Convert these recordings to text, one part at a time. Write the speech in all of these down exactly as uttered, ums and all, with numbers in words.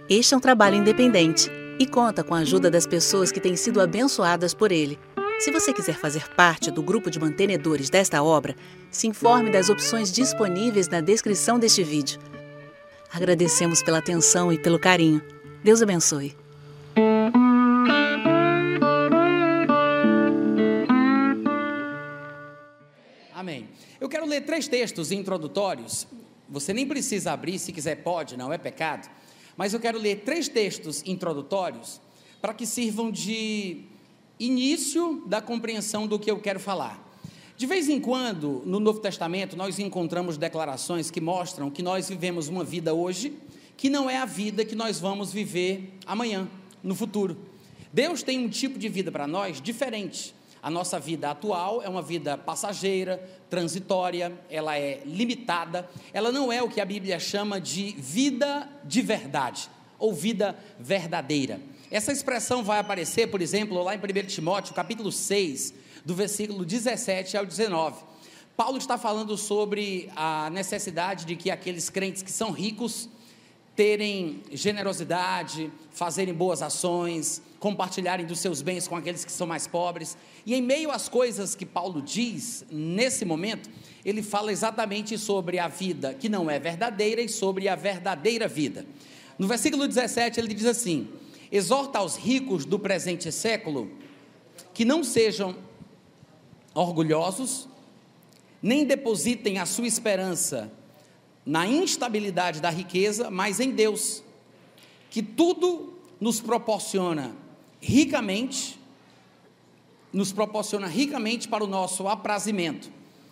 Este é um trabalho independente e conta com a ajuda das pessoas que têm sido abençoadas por ele. Se você quiser fazer parte do grupo de mantenedores desta obra, se informe das opções disponíveis na descrição deste vídeo. Agradecemos pela atenção e pelo carinho. Deus abençoe. Amém. Eu quero ler três textos introdutórios. Você nem precisa abrir, se quiser pode, não é pecado. Mas eu quero ler três textos introdutórios para que sirvam de início da compreensão do que eu quero falar. De vez em quando, no Novo Testamento, nós encontramos declarações que mostram que nós vivemos uma vida hoje, que não é a vida que nós vamos viver amanhã, no futuro. Deus tem um tipo de vida para nós diferente. A nossa vida atual é uma vida passageira, transitória, ela é limitada, ela não é o que a Bíblia chama de vida de verdade, ou vida verdadeira. Essa expressão vai aparecer, por exemplo, lá em primeiro Timóteo, capítulo seis, do versículo dezessete ao dezenove. Paulo está falando sobre a necessidade de que aqueles crentes que são ricos terem generosidade, fazerem boas ações, compartilharem dos seus bens com aqueles que são mais pobres. E em meio às coisas que Paulo diz, nesse momento, ele fala exatamente sobre a vida que não é verdadeira e sobre a verdadeira vida. No versículo dezessete ele diz assim: exorta aos ricos do presente século que não sejam orgulhosos, nem depositem a sua esperança na instabilidade da riqueza, mas em Deus, que tudo nos proporciona ricamente, nos proporciona ricamente para o nosso aprazimento.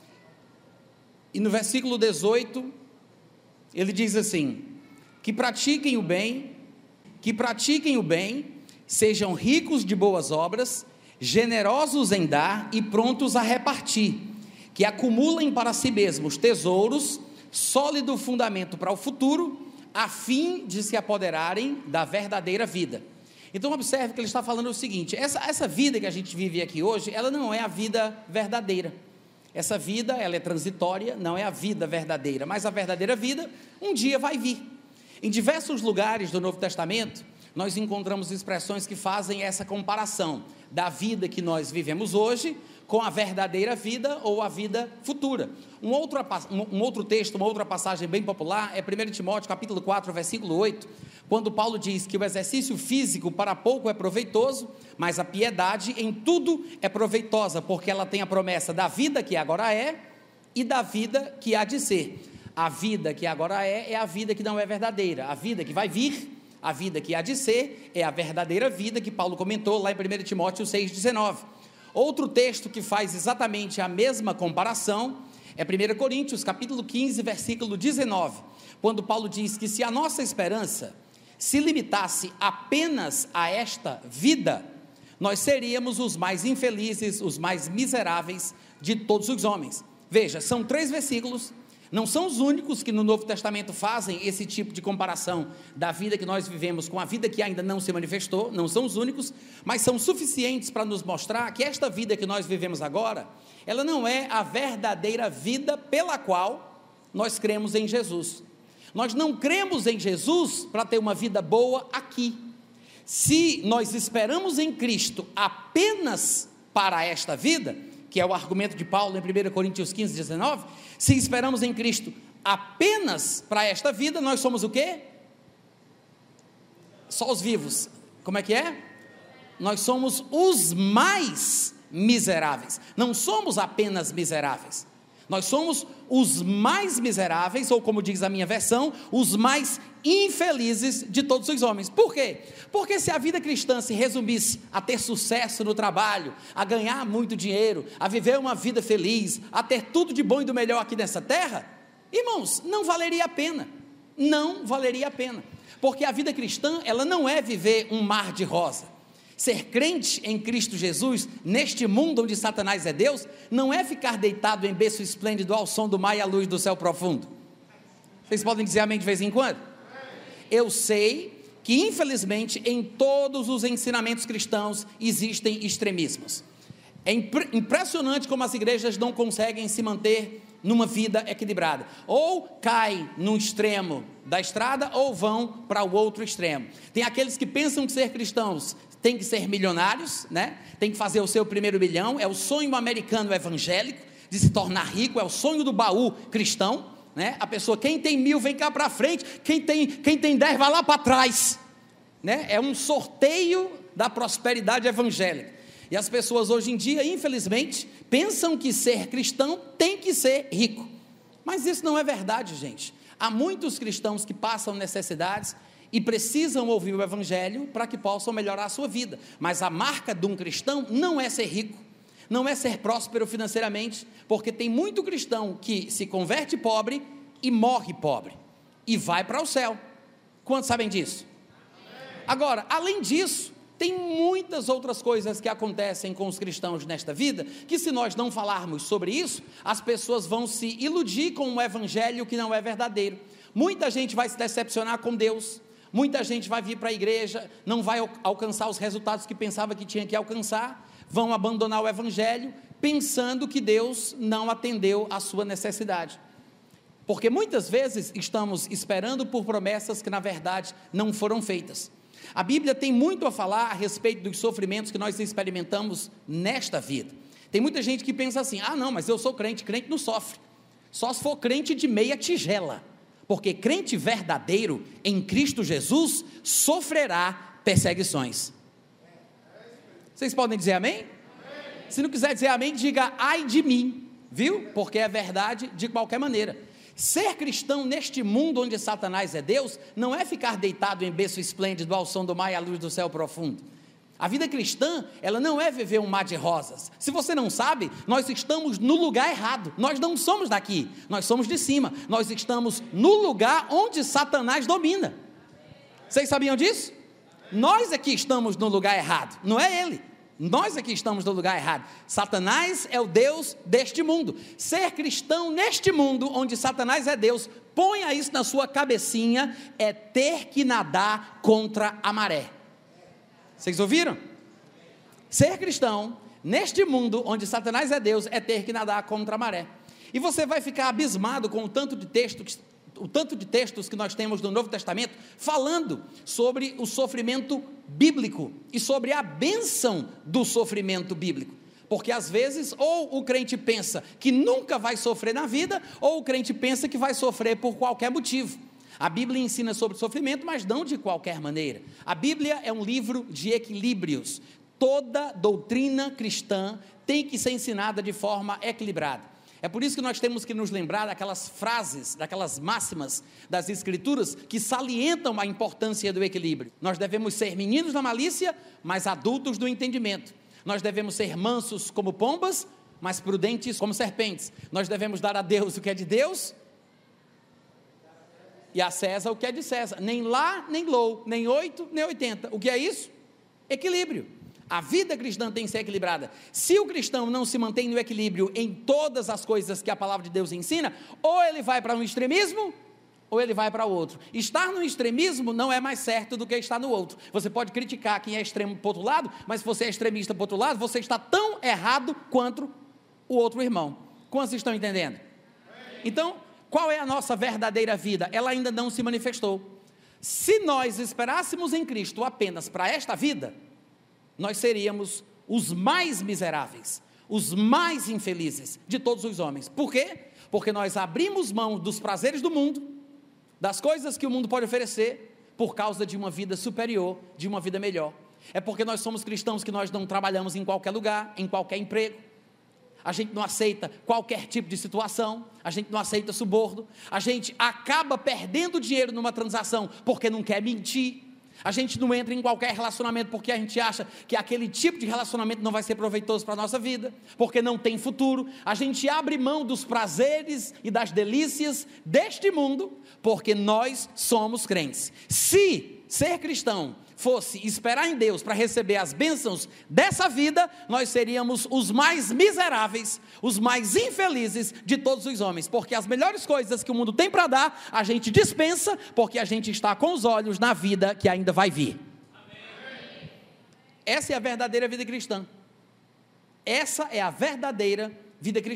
E no versículo dezoito, ele diz assim: que pratiquem o bem, que pratiquem o bem, sejam ricos de boas obras, generosos em dar e prontos a repartir, que acumulem para si mesmos tesouros, sólido fundamento para o futuro, a fim de se apoderarem da verdadeira vida. Então observe que ele está falando o seguinte: essa, essa vida que a gente vive aqui hoje, ela não é a vida verdadeira. Essa vida, ela é transitória, não é a vida verdadeira, mas a verdadeira vida um dia vai vir. Em diversos lugares do Novo Testamento, nós encontramos expressões que fazem essa comparação da vida que nós vivemos hoje com a verdadeira vida ou a vida futura. Um outro, um outro texto, uma outra passagem bem popular é primeiro Timóteo, capítulo quatro, versículo oito, quando Paulo diz que o exercício físico para pouco é proveitoso, mas a piedade em tudo é proveitosa, porque ela tem a promessa da vida que agora é e da vida que há de ser. A vida que agora é, é a vida que não é verdadeira. A vida que vai vir, a vida que há de ser, é a verdadeira vida que Paulo comentou lá em primeiro Timóteo seis, dezenove. Outro texto que faz exatamente a mesma comparação é primeiro Coríntios, capítulo quinze, versículo dezenove, quando Paulo diz que se a nossa esperança se limitasse apenas a esta vida, nós seríamos os mais infelizes, os mais miseráveis de todos os homens. Veja, são três versículos, não são os únicos que no Novo Testamento fazem esse tipo de comparação da vida que nós vivemos com a vida que ainda não se manifestou, não são os únicos, mas são suficientes para nos mostrar que esta vida que nós vivemos agora, ela não é a verdadeira vida pela qual nós cremos em Jesus. Nós não cremos em Jesus para ter uma vida boa aqui. Se nós esperamos em Cristo apenas para esta vida, que é o argumento de Paulo em primeiro Coríntios quinze, dezenove, se esperamos em Cristo apenas para esta vida, nós somos o quê? Só os vivos. Como é que é? Nós somos os mais miseráveis. Não somos apenas miseráveis. Nós somos os mais miseráveis, ou como diz a minha versão, os mais infelizes de todos os homens. Por quê? Porque se a vida cristã se resumisse a ter sucesso no trabalho, a ganhar muito dinheiro, a viver uma vida feliz, a ter tudo de bom e do melhor aqui nessa terra, irmãos, não valeria a pena. Não valeria a pena. Porque a vida cristã, ela não é viver um mar de rosa. Ser crente em Cristo Jesus, neste mundo onde Satanás é Deus, não é ficar deitado em berço esplêndido ao som do mar e à luz do céu profundo. Vocês podem dizer amém de vez em quando? Eu sei que infelizmente em todos os ensinamentos cristãos existem extremismos. É impre- impressionante como as igrejas não conseguem se manter numa vida equilibrada. Ou caem num extremo da estrada, ou vão para o outro extremo. Tem aqueles que pensam que ser cristãos tem que ser milionários, né? Tem que fazer o seu primeiro milhão, é o sonho americano evangélico, de se tornar rico, é o sonho do baú cristão, né? A pessoa, quem tem mil vem cá para frente, quem tem, quem tem dez vai lá para trás, né? É um sorteio da prosperidade evangélica. E as pessoas hoje em dia, infelizmente, pensam que ser cristão tem que ser rico, mas isso não é verdade, gente. Há muitos cristãos que passam necessidades e precisam ouvir o evangelho para que possam melhorar a sua vida, mas a marca de um cristão não é ser rico, não é ser próspero financeiramente, porque tem muito cristão que se converte pobre e morre pobre, e vai para o céu. Quantos sabem disso? Agora, além disso, tem muitas outras coisas que acontecem com os cristãos nesta vida, que se nós não falarmos sobre isso, as pessoas vão se iludir com um evangelho que não é verdadeiro. Muita gente vai se decepcionar com Deus, muita gente vai vir para a igreja, não vai alcançar os resultados que pensava que tinha que alcançar, vão abandonar o evangelho, pensando que Deus não atendeu a sua necessidade, porque muitas vezes estamos esperando por promessas que na verdade não foram feitas. A Bíblia tem muito a falar a respeito dos sofrimentos que nós experimentamos nesta vida. Tem muita gente que pensa assim, ah não, mas eu sou crente, crente não sofre, só se for crente de meia tigela, porque crente verdadeiro em Cristo Jesus sofrerá perseguições. Vocês podem dizer amém? Amém? Se não quiser dizer amém, diga ai de mim, viu? Porque é verdade de qualquer maneira. Ser cristão neste mundo onde Satanás é Deus, não é ficar deitado em berço esplêndido ao som do mar e à luz do céu profundo. A vida cristã, ela não é viver um mar de rosas. Se você não sabe, nós estamos no lugar errado, nós não somos daqui, nós somos de cima, nós estamos no lugar onde Satanás domina. Vocês sabiam disso? Nós aqui estamos no lugar errado, não é ele. Nós aqui estamos no lugar errado. Satanás é o Deus deste mundo. Ser cristão neste mundo, onde Satanás é Deus, ponha isso na sua cabecinha, é ter que nadar contra a maré. Vocês ouviram? Ser cristão neste mundo, onde Satanás é Deus, é ter que nadar contra a maré. E você vai ficar abismado com o tanto de texto que o tanto de textos que nós temos no Novo Testamento, falando sobre o sofrimento bíblico, e sobre a bênção do sofrimento bíblico, porque às vezes, ou o crente pensa que nunca vai sofrer na vida, ou o crente pensa que vai sofrer por qualquer motivo. A Bíblia ensina sobre sofrimento, mas não de qualquer maneira. A Bíblia é um livro de equilíbrios, toda doutrina cristã tem que ser ensinada de forma equilibrada. É por isso que nós temos que nos lembrar daquelas frases, daquelas máximas das Escrituras que salientam a importância do equilíbrio. Nós devemos ser meninos da malícia, mas adultos do entendimento. Nós devemos ser mansos como pombas, mas prudentes como serpentes. Nós devemos dar a Deus o que é de Deus e a César o que é de César. Nem lá, nem low, nem oito, nem oitenta. O que é isso? Equilíbrio. A vida cristã tem que ser equilibrada. Se o cristão não se mantém no equilíbrio em todas as coisas que a palavra de Deus ensina, ou ele vai para um extremismo, ou ele vai para outro. Estar no extremismo não é mais certo do que estar no outro. Você pode criticar quem é extremo para o outro lado, mas se você é extremista para o outro lado, você está tão errado quanto o outro irmão. Quantos estão entendendo? Então, qual é a nossa verdadeira vida? Ela ainda não se manifestou. Se nós esperássemos em Cristo apenas para esta vida, nós seríamos os mais miseráveis, os mais infelizes de todos os homens. Por quê? Porque nós abrimos mão dos prazeres do mundo, das coisas que o mundo pode oferecer, por causa de uma vida superior, de uma vida melhor. É porque nós somos cristãos que nós não trabalhamos em qualquer lugar, em qualquer emprego. A gente não aceita qualquer tipo de situação, a gente não aceita suborno, a gente acaba perdendo dinheiro numa transação porque não quer mentir. A gente não entra em qualquer relacionamento porque a gente acha que aquele tipo de relacionamento não vai ser proveitoso para a nossa vida, porque não tem futuro. A gente abre mão dos prazeres e das delícias deste mundo, porque nós somos crentes. Se ser cristão fosse esperar em Deus para receber as bênçãos dessa vida, nós seríamos os mais miseráveis, os mais infelizes de todos os homens, porque as melhores coisas que o mundo tem para dar, a gente dispensa, porque a gente está com os olhos na vida que ainda vai vir. Amém. Essa é a verdadeira vida cristã. Essa é a verdadeira vida cristã.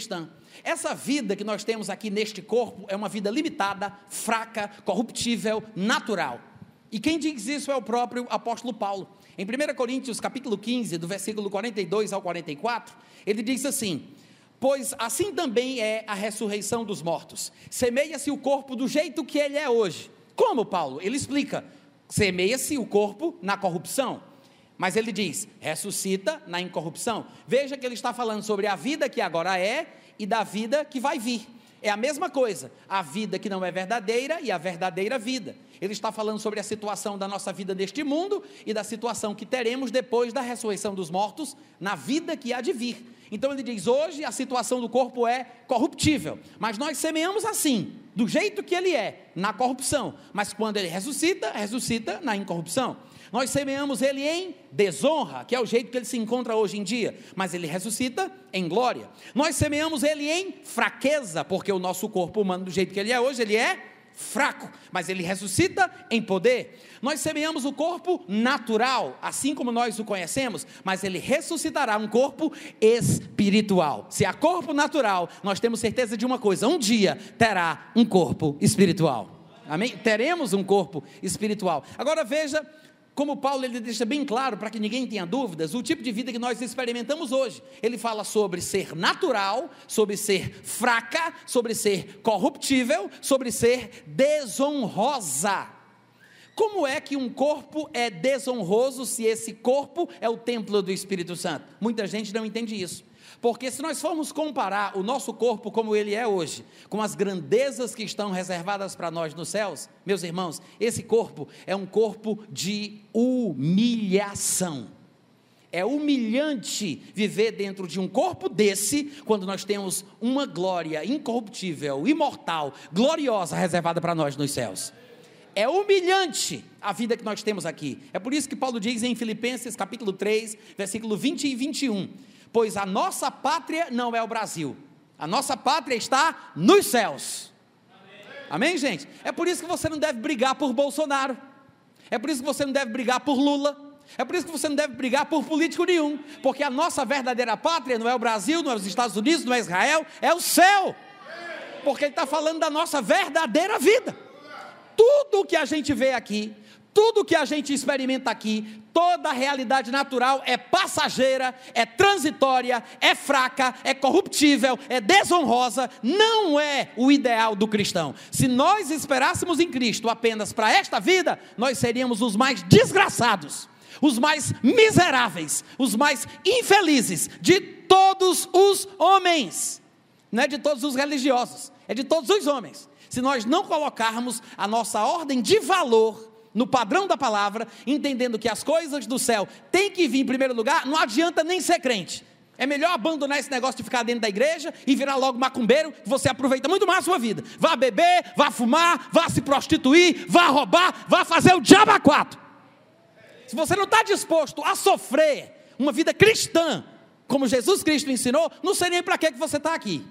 essa vida que nós temos aqui neste corpo é uma vida limitada, fraca, corruptível, natural. E quem diz isso é o próprio apóstolo Paulo. Em primeira Coríntios capítulo quinze, do versículo quarenta e dois ao quarenta e quatro, ele diz assim: pois assim também é a ressurreição dos mortos. Semeia-se o corpo do jeito que ele é hoje. Como, Paulo? Ele explica: semeia-se o corpo na corrupção, mas ele diz, ressuscita na incorrupção. Veja que ele está falando sobre a vida que agora é e da vida que vai vir. É a mesma coisa, a vida que não é verdadeira e a verdadeira vida. Ele está falando sobre a situação da nossa vida neste mundo e da situação que teremos depois da ressurreição dos mortos, na vida que há de vir. Então ele diz, hoje a situação do corpo é corruptível, mas nós semeamos assim, do jeito que ele é, na corrupção, mas quando ele ressuscita, ressuscita na incorrupção. Nós semeamos ele em desonra, que é o jeito que ele se encontra hoje em dia, mas ele ressuscita em glória. Nós semeamos ele em fraqueza, porque o nosso corpo humano, do jeito que ele é hoje, ele é fraco, mas ele ressuscita em poder. Nós semeamos o corpo natural, assim como nós o conhecemos, mas ele ressuscitará um corpo espiritual. Se há corpo natural, nós temos certeza de uma coisa: um dia terá um corpo espiritual. Amém? Teremos um corpo espiritual. Agora veja como Paulo ele deixa bem claro, para que ninguém tenha dúvidas, o tipo de vida que nós experimentamos hoje. Ele fala sobre ser natural, sobre ser fraca, sobre ser corruptível, sobre ser desonrosa. Como é que um corpo é desonroso se esse corpo é o templo do Espírito Santo? Muita gente não entende isso. Porque se nós formos comparar o nosso corpo como ele é hoje, com as grandezas que estão reservadas para nós nos céus, meus irmãos, esse corpo é um corpo de humilhação. É humilhante viver dentro de um corpo desse, quando nós temos uma glória incorruptível, imortal, gloriosa reservada para nós nos céus. É humilhante a vida que nós temos aqui. É por isso que Paulo diz em Filipenses capítulo três, versículo vinte e vinte e um, pois a nossa pátria não é o Brasil, a nossa pátria está nos céus. Amém, gente? É por isso que você não deve brigar por Bolsonaro, é por isso que você não deve brigar por Lula, é por isso que você não deve brigar por político nenhum, porque a nossa verdadeira pátria não é o Brasil, não é os Estados Unidos, não é Israel, é o céu, porque ele está falando da nossa verdadeira vida. Tudo que a gente vê aqui, tudo que a gente experimenta aqui, toda a realidade natural é passageira, é transitória, é fraca, é corruptível, é desonrosa, não é o ideal do cristão. Se nós esperássemos em Cristo apenas para esta vida, nós seríamos os mais desgraçados, os mais miseráveis, os mais infelizes de todos os homens. Não é de todos os religiosos, é de todos os homens. Se nós não colocarmos a nossa ordem de valor no padrão da palavra, entendendo que as coisas do céu têm que vir em primeiro lugar, não adianta nem ser crente. É melhor abandonar esse negócio de ficar dentro da igreja e virar logo macumbeiro, que você aproveita muito mais a sua vida. Vá beber, vá fumar, vá se prostituir, vá roubar, vá fazer o diabo a quatro. Se você não está disposto a sofrer uma vida cristã, como Jesus Cristo ensinou, não sei nem para que você está aqui.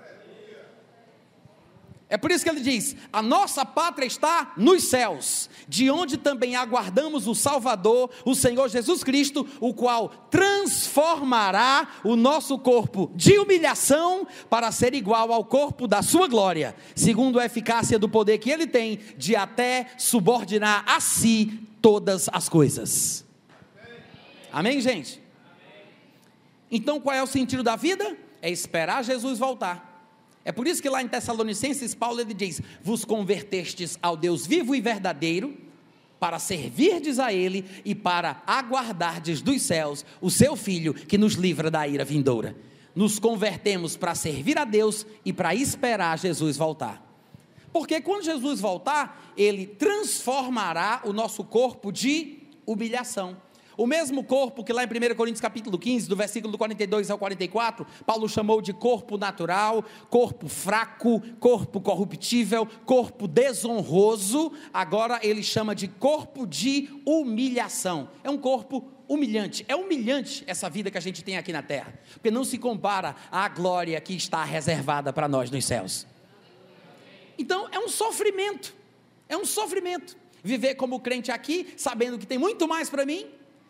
É por isso que ele diz, a nossa pátria está nos céus, de onde também aguardamos o Salvador, o Senhor Jesus Cristo, o qual transformará o nosso corpo de humilhação para ser igual ao corpo da sua glória, segundo a eficácia do poder que ele tem de até subordinar a si todas as coisas. Amém, gente? Então qual é o sentido da vida? É esperar Jesus voltar. É por isso que lá em Tessalonicenses, Paulo ele diz, vos convertestes ao Deus vivo e verdadeiro, para servirdes a Ele e para aguardardes dos céus o seu Filho, que nos livra da ira vindoura. Nos convertemos para servir a Deus e para esperar Jesus voltar. Porque quando Jesus voltar, Ele transformará o nosso corpo de humilhação. O mesmo corpo que lá em primeira Coríntios capítulo quinze, do versículo quarenta e dois ao quarenta e quatro, Paulo chamou de corpo natural, corpo fraco, corpo corruptível, corpo desonroso, agora ele chama de corpo de humilhação. É um corpo humilhante, é humilhante essa vida que a gente tem aqui na terra, porque não se compara à glória que está reservada para nós nos céus. Então é um sofrimento, é um sofrimento, viver como crente aqui, sabendo que tem muito mais para mim,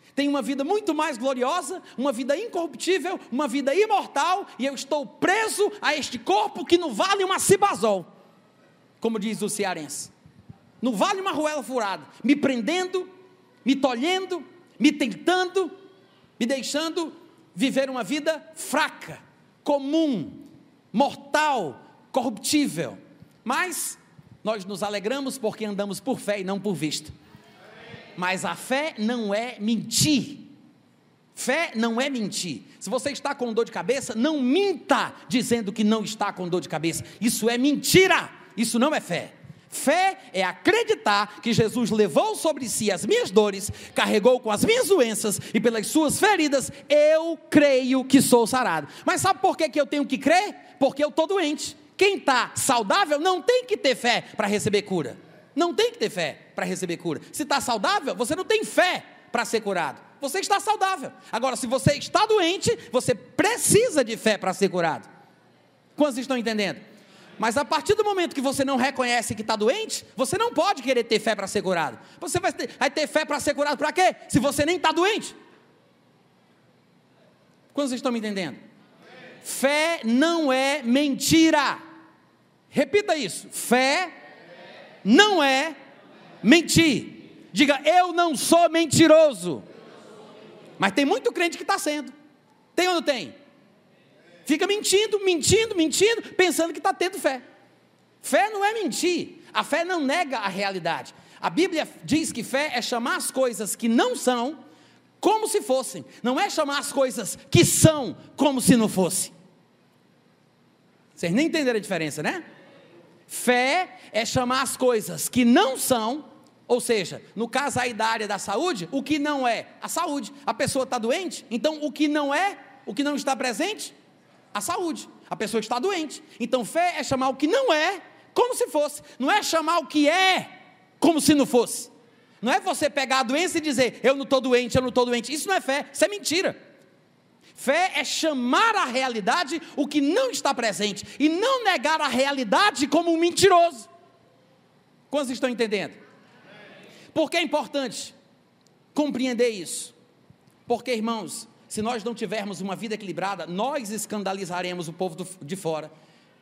tem uma vida muito mais gloriosa, uma vida incorruptível, uma vida imortal, e eu estou preso a este corpo que não vale uma cibazol, como diz o cearense, não vale uma arruela furada, me prendendo, me tolhendo, me tentando, me deixando viver uma vida fraca, comum, mortal, corruptível. Mas nós nos alegramos porque andamos por fé e não por vista. Mas a fé não é mentir. Fé não é mentir. Se você está com dor de cabeça, não minta dizendo que não está com dor de cabeça. Isso é mentira. Isso não é fé. Fé é acreditar que Jesus levou sobre si as minhas dores, carregou com as minhas doenças e pelas suas feridas eu creio que sou sarado. Mas sabe por que, que eu tenho que crer? Porque eu estou doente. Quem está saudável não tem que ter fé para receber cura. Não tem que ter fé para receber cura. Se está saudável, você não tem fé para ser curado. Você está saudável. Agora, se você está doente, você precisa de fé para ser curado. Quantos estão entendendo? Mas a partir do momento que você não reconhece que está doente, você não pode querer ter fé para ser curado. Você vai ter, vai ter fé para ser curado para quê? Se você nem está doente. Quantos estão me entendendo? Fé não é mentira. Repita isso. Fé não é mentir. Diga, eu não sou mentiroso. Mas tem muito crente que está sendo. Tem ou não tem? Fica mentindo, mentindo, mentindo, pensando que está tendo fé. Fé não é mentir. A fé não nega a realidade. A Bíblia diz que fé é chamar as coisas que não são como se fossem. Não é chamar as coisas que são como se não fossem. Vocês nem entenderam a diferença, né? Fé é chamar as coisas que não são, ou seja, no caso aí da área da saúde, o que não é a saúde. A pessoa está doente, então o que não é, o que não está presente, a saúde. A pessoa está doente. Então fé é chamar o que não é como se fosse. Não é chamar o que é como se não fosse. Não é você pegar a doença e dizer, eu não estou doente, eu não estou doente. Isso não é fé, isso é mentira. Fé é chamar a realidade o que não está presente e não negar a realidade como um mentiroso. Quantos estão entendendo? Por que é importante compreender isso? Porque, irmãos, se nós não tivermos uma vida equilibrada, nós escandalizaremos o povo do, de fora,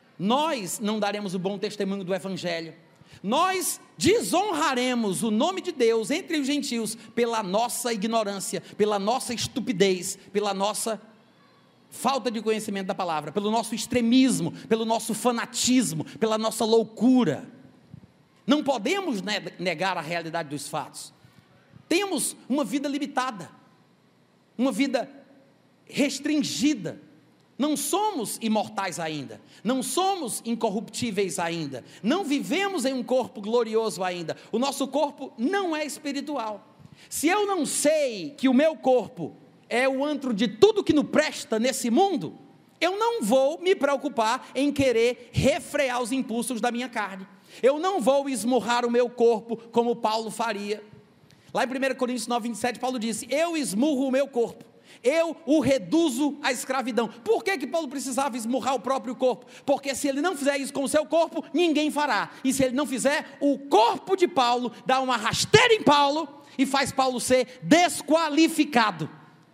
nós não daremos o bom testemunho do Evangelho, nós desonraremos o nome de Deus entre os gentios pela nossa ignorância, pela nossa estupidez, pela nossa falta de conhecimento da palavra, pelo nosso extremismo, pelo nosso fanatismo, pela nossa loucura. Não podemos negar a realidade dos fatos. Temos uma vida limitada, uma vida restringida. Não somos imortais ainda, não somos incorruptíveis ainda, não vivemos em um corpo glorioso ainda, o nosso corpo não é espiritual. Se eu não sei que o meu corpo é o antro de tudo que não presta nesse mundo, eu não vou me preocupar em querer refrear os impulsos da minha carne, eu não vou esmurrar o meu corpo como Paulo faria. Lá em primeira Coríntios nove, vinte e sete, Paulo disse, eu esmurro o meu corpo, eu o reduzo à escravidão. Por que que Paulo precisava esmurrar o próprio corpo? Porque se ele não fizer isso com o seu corpo, ninguém fará, e se ele não fizer, o corpo de Paulo dá uma rasteira em Paulo, e faz Paulo ser desqualificado,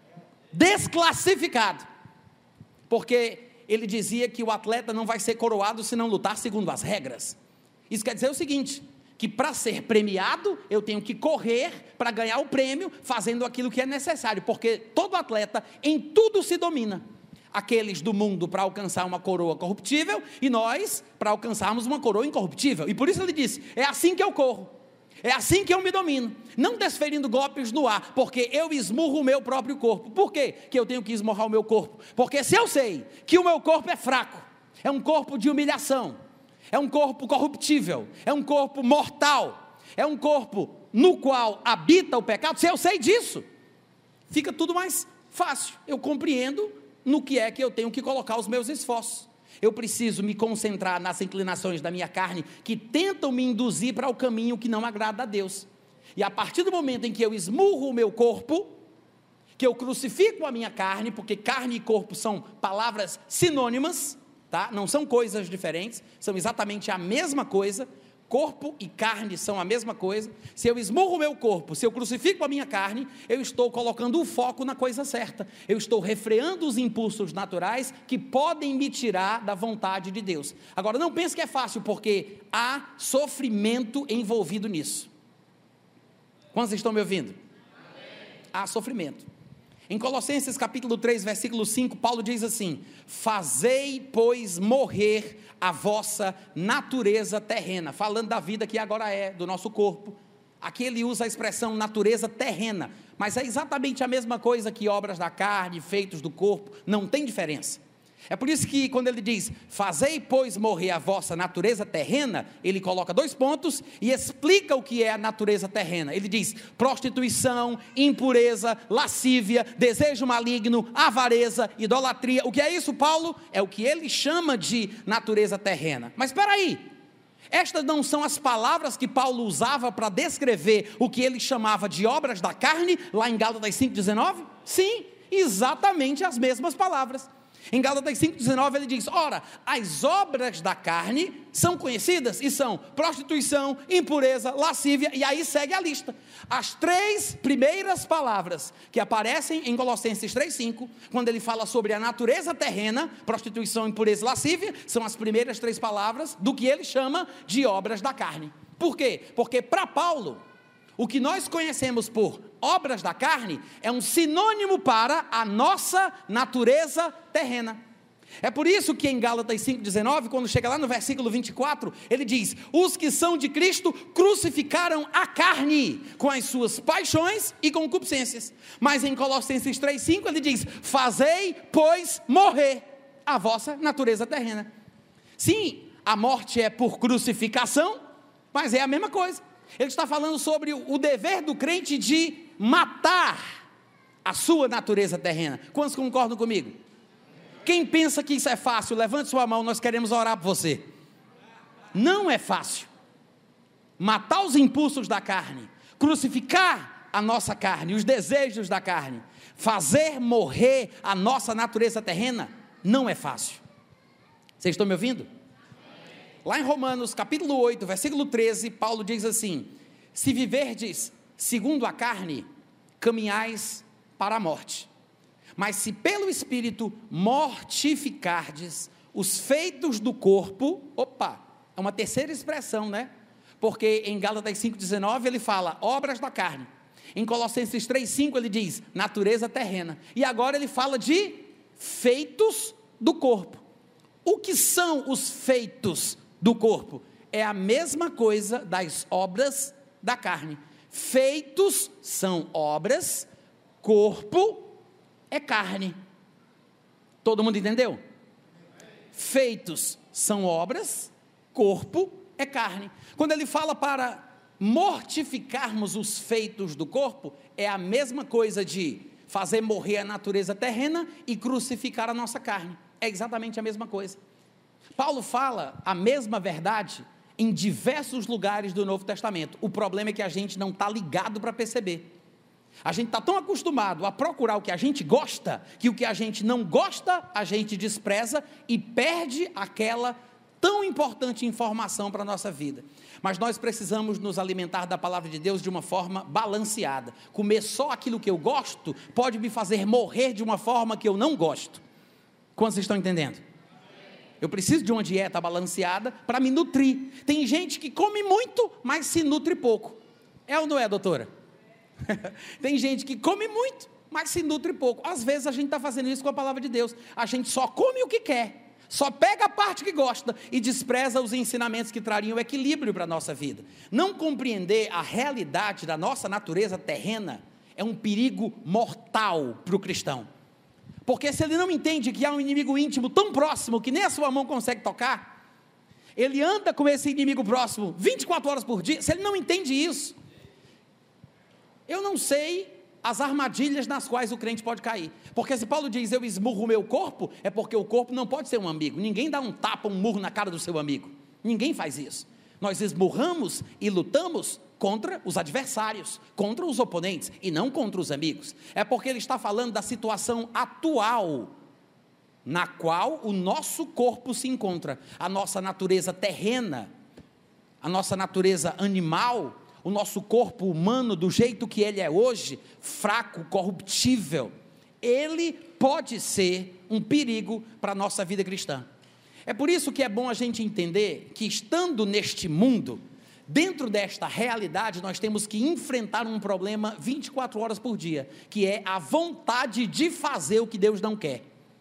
desclassificado, porque ele dizia que o atleta não vai ser coroado se não lutar segundo as regras. Isso quer dizer o seguinte, que para ser premiado, eu tenho que correr para ganhar o prêmio, fazendo aquilo que é necessário, porque todo atleta em tudo se domina, aqueles do mundo para alcançar uma coroa corruptível, e nós para alcançarmos uma coroa incorruptível, e por isso ele disse, é assim que eu corro, é assim que eu me domino, não desferindo golpes no ar, porque eu esmurro o meu próprio corpo. Por quê que eu tenho que esmurrar o meu corpo? Porque se eu sei que o meu corpo é fraco, é um corpo de humilhação, é um corpo corruptível, é um corpo mortal, é um corpo no qual habita o pecado, se eu sei disso, fica tudo mais fácil, eu compreendo no que é que eu tenho que colocar os meus esforços. Eu preciso me concentrar nas inclinações da minha carne, que tentam me induzir para o caminho que não agrada a Deus, e a partir do momento em que eu esmurro o meu corpo, que eu crucifico a minha carne, porque carne e corpo são palavras sinônimas, tá? Não são coisas diferentes, são exatamente a mesma coisa. corpo e carne são a mesma coisa. Se eu esmurro o meu corpo, se eu crucifico a minha carne, eu estou colocando o foco na coisa certa. Eu estou refreando os impulsos naturais que podem me tirar da vontade de Deus. Agora, não pense que é fácil, porque há sofrimento envolvido nisso. Quantos estão me ouvindo? Há sofrimento. Em Colossenses capítulo três, versículo cinco, Paulo diz assim: fazei, pois, morrer a vossa natureza terrena, falando da vida que agora é, do nosso corpo. Aqui ele usa a expressão natureza terrena, mas é exatamente a mesma coisa que obras da carne, feitos do corpo, não tem diferença. É por isso que quando ele diz, fazei, pois, morrer a vossa natureza terrena, ele coloca dois pontos e explica o que é a natureza terrena. Ele diz, prostituição, impureza, lascívia, desejo maligno, avareza, idolatria. O que é isso, Paulo? É o que ele chama de natureza terrena. Mas espera aí, estas não são as palavras que Paulo usava para descrever o que ele chamava de obras da carne, lá em Gálatas cinco, dezenove? Sim, exatamente as mesmas palavras. Em Gálatas cinco, dezenove ele diz, ora, as obras da carne são conhecidas e são prostituição, impureza, lascívia, e aí segue a lista. As três primeiras palavras que aparecem em Colossenses três, cinco, quando ele fala sobre a natureza terrena, prostituição, impureza e lascívia, são as primeiras três palavras do que ele chama de obras da carne. Por quê? Porque para Paulo, o que nós conhecemos por obras da carne é um sinônimo para a nossa natureza terrena. É por isso que em Gálatas cinco, dezenove, quando chega lá no versículo vinte e quatro, ele diz, os que são de Cristo crucificaram a carne com as suas paixões e concupiscências. Mas em Colossenses três, cinco ele diz, fazei, pois, morrer a vossa natureza terrena. Sim, a morte é por crucificação, mas é a mesma coisa. Ele está falando sobre o dever do crente de matar a sua natureza terrena. Quantos concordam comigo? Quem pensa que isso é fácil, levante sua mão, nós queremos orar por você. Não é fácil. Matar os impulsos da carne, crucificar a nossa carne, os desejos da carne, fazer morrer a nossa natureza terrena, não é fácil. Vocês estão me ouvindo? Lá em Romanos capítulo oito, versículo treze, Paulo diz assim, se viverdes segundo a carne, caminhais para a morte, mas se pelo Espírito mortificardes os feitos do corpo, opa, é uma terceira expressão, né? Porque em Gálatas cinco, dezenove ele fala, obras da carne, em Colossenses três, cinco ele diz, natureza terrena, e agora ele fala de feitos do corpo. O que são os feitos do corpo? É a mesma coisa das obras da carne. Feitos são obras, corpo é carne. Todo mundo entendeu? Feitos são obras, corpo é carne. Quando ele fala para mortificarmos os feitos do corpo, é a mesma coisa de fazer morrer a natureza terrena e crucificar a nossa carne. É exatamente a mesma coisa. Paulo fala a mesma verdade em diversos lugares do Novo Testamento. O problema é que a gente não está ligado para perceber. A gente está tão acostumado a procurar o que a gente gosta, que o que a gente não gosta, a gente despreza e perde aquela tão importante informação para a nossa vida. Mas nós precisamos nos alimentar da palavra de Deus de uma forma balanceada. Comer só aquilo que eu gosto pode me fazer morrer de uma forma que eu não gosto. Quantos estão entendendo? Eu preciso de uma dieta balanceada para me nutrir. Tem gente que come muito, mas se nutre pouco. É ou não é, doutora? Tem gente que come muito, mas se nutre pouco. Às vezes a gente está fazendo isso com a palavra de Deus. A gente só come o que quer, só pega a parte que gosta e despreza os ensinamentos que trariam equilíbrio para a nossa vida. Não compreender a realidade da nossa natureza terrena é um perigo mortal para o cristão. Porque se ele não entende que há um inimigo íntimo tão próximo que nem a sua mão consegue tocar, ele anda com esse inimigo próximo vinte e quatro horas por dia, se ele não entende isso, eu não sei as armadilhas nas quais o crente pode cair. Porque se Paulo diz, eu esmurro o meu corpo, é porque o corpo não pode ser um amigo. Ninguém dá um tapa, um murro na cara do seu amigo. Ninguém faz isso. Nós esmurramos e lutamos contra os adversários, contra os oponentes, e não contra os amigos. É porque ele está falando da situação atual, na qual o nosso corpo se encontra, a nossa natureza terrena, a nossa natureza animal, o nosso corpo humano do jeito que ele é hoje, fraco, corruptível, ele pode ser um perigo para a nossa vida cristã. É por isso que é bom a gente entender que, estando neste mundo, dentro desta realidade, nós temos que enfrentar um problema vinte e quatro horas por dia, que é a vontade de fazer o que Deus não quer.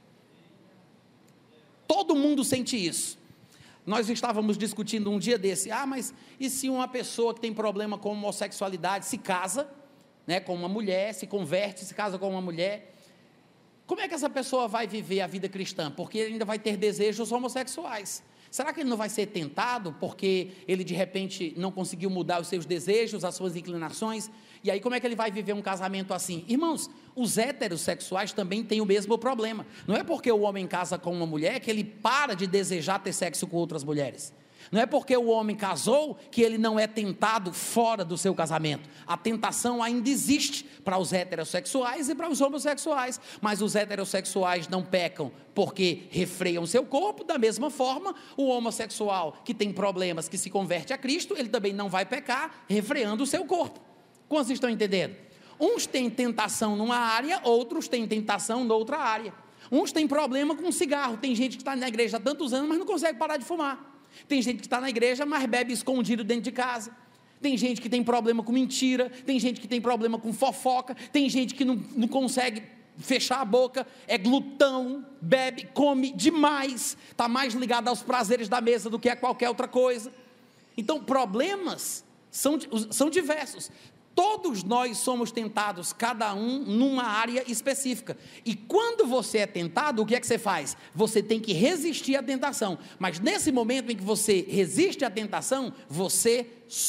Todo mundo sente isso. Nós estávamos discutindo um dia desse, ah, mas e se uma pessoa que tem problema com homossexualidade se casa, né, com uma mulher, se converte, se casa com uma mulher, como é que essa pessoa vai viver a vida cristã? Porque ele ainda vai ter desejos homossexuais. Será que ele não vai ser tentado porque ele de repente não conseguiu mudar os seus desejos, as suas inclinações? E aí como é que ele vai viver um casamento assim? Irmãos, os heterossexuais também têm o mesmo problema. Não é porque o homem casa com uma mulher que ele para de desejar ter sexo com outras mulheres. Não é porque o homem casou que ele não é tentado fora do seu casamento. A tentação ainda existe para os heterossexuais e para os homossexuais, mas os heterossexuais não pecam porque refreiam seu corpo. Da mesma forma, o homossexual que tem problemas, que se converte a Cristo, ele também não vai pecar refreando o seu corpo. Quantos estão entendendo? Uns têm tentação numa área, outros têm tentação noutra área. Uns têm problema com cigarro. Tem gente que está na igreja há tantos anos, mas não consegue parar de fumar. Tem gente que está na igreja, mas bebe escondido dentro de casa. Tem gente que tem problema com mentira. Tem gente que tem problema com fofoca. Tem gente que não, não consegue fechar a boca, é glutão, bebe, come demais, está mais ligado aos prazeres da mesa do que a qualquer outra coisa. Então, problemas são, são diversos. Todos nós somos tentados, cada um numa área específica. E quando você é tentado, o que é que você faz? Você tem que resistir à tentação. Mas nesse momento em que você resiste à tentação, você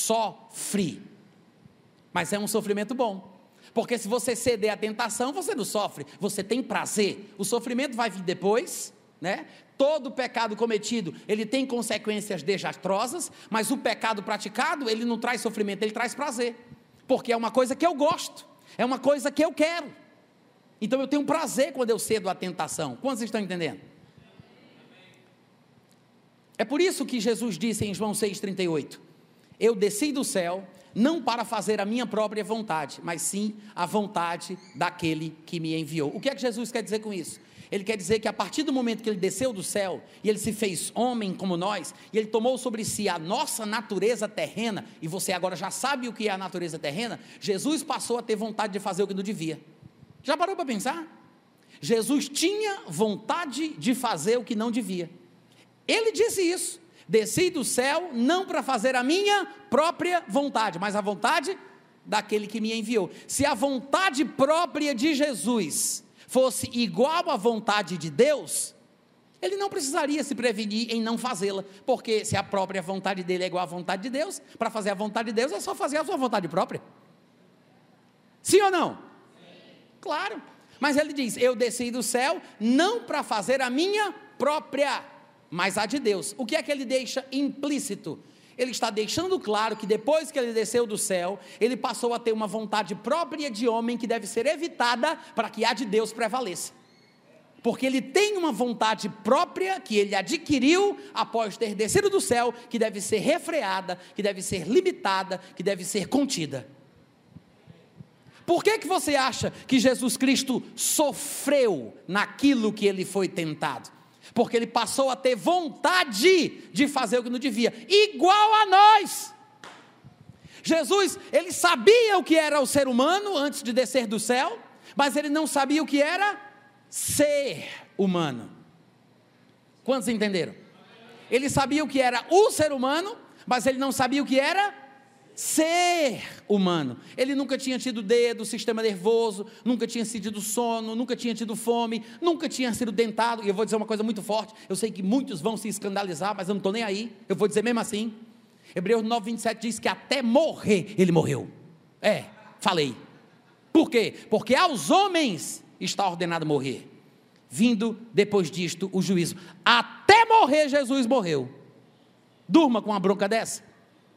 sofre. Mas é um sofrimento bom. Porque se você ceder à tentação, você não sofre, você tem prazer. O sofrimento vai vir depois, né? Todo pecado cometido, ele tem consequências desastrosas, mas o pecado praticado, ele não traz sofrimento, ele traz prazer. Porque é uma coisa que eu gosto, é uma coisa que eu quero. Então eu tenho prazer quando eu cedo à tentação. Quantos estão entendendo? É por isso que Jesus disse em João seis, trinta e oito, eu desci do céu, não para fazer a minha própria vontade, mas sim a vontade daquele que me enviou. O que é que Jesus quer dizer com isso? Ele quer dizer que a partir do momento que ele desceu do céu, e ele se fez homem como nós, e ele tomou sobre si a nossa natureza terrena, e você agora já sabe o que é a natureza terrena, Jesus passou a ter vontade de fazer o que não devia. Já parou para pensar? Jesus tinha vontade de fazer o que não devia. Ele disse isso, desci do céu não para fazer a minha própria vontade, mas a vontade daquele que me enviou. Se a vontade própria de Jesus fosse igual à vontade de Deus, ele não precisaria se prevenir em não fazê-la, porque se a própria vontade dele é igual à vontade de Deus, para fazer a vontade de Deus é só fazer a sua vontade própria. Sim ou não? Sim. Claro, mas ele diz, eu desci do céu não para fazer a minha própria, mas a de Deus. O que é que ele deixa implícito? Ele está deixando claro que depois que ele desceu do céu, ele passou a ter uma vontade própria de homem que deve ser evitada para que a de Deus prevaleça. Porque ele tem uma vontade própria que ele adquiriu após ter descido do céu, que deve ser refreada, que deve ser limitada, que deve ser contida. Por que que você acha que Jesus Cristo sofreu naquilo que ele foi tentado? Porque ele passou a ter vontade de fazer o que não devia, igual a nós. Jesus, ele sabia o que era o ser humano antes de descer do céu, mas ele não sabia o que era ser humano. Quantos entenderam? Ele sabia o que era o ser humano, mas ele não sabia o que era ser humano. Ele nunca tinha tido dedo, sistema nervoso, nunca tinha sentido sono, nunca tinha tido fome, nunca tinha sido dentado. E eu vou dizer uma coisa muito forte, eu sei que muitos vão se escandalizar, mas eu não estou nem aí, eu vou dizer mesmo assim. Hebreus nove, vinte e sete diz que até morrer ele morreu. É, falei. Por quê? Porque aos homens está ordenado morrer, vindo depois disto o juízo. Até morrer Jesus morreu. Durma com uma bronca dessa.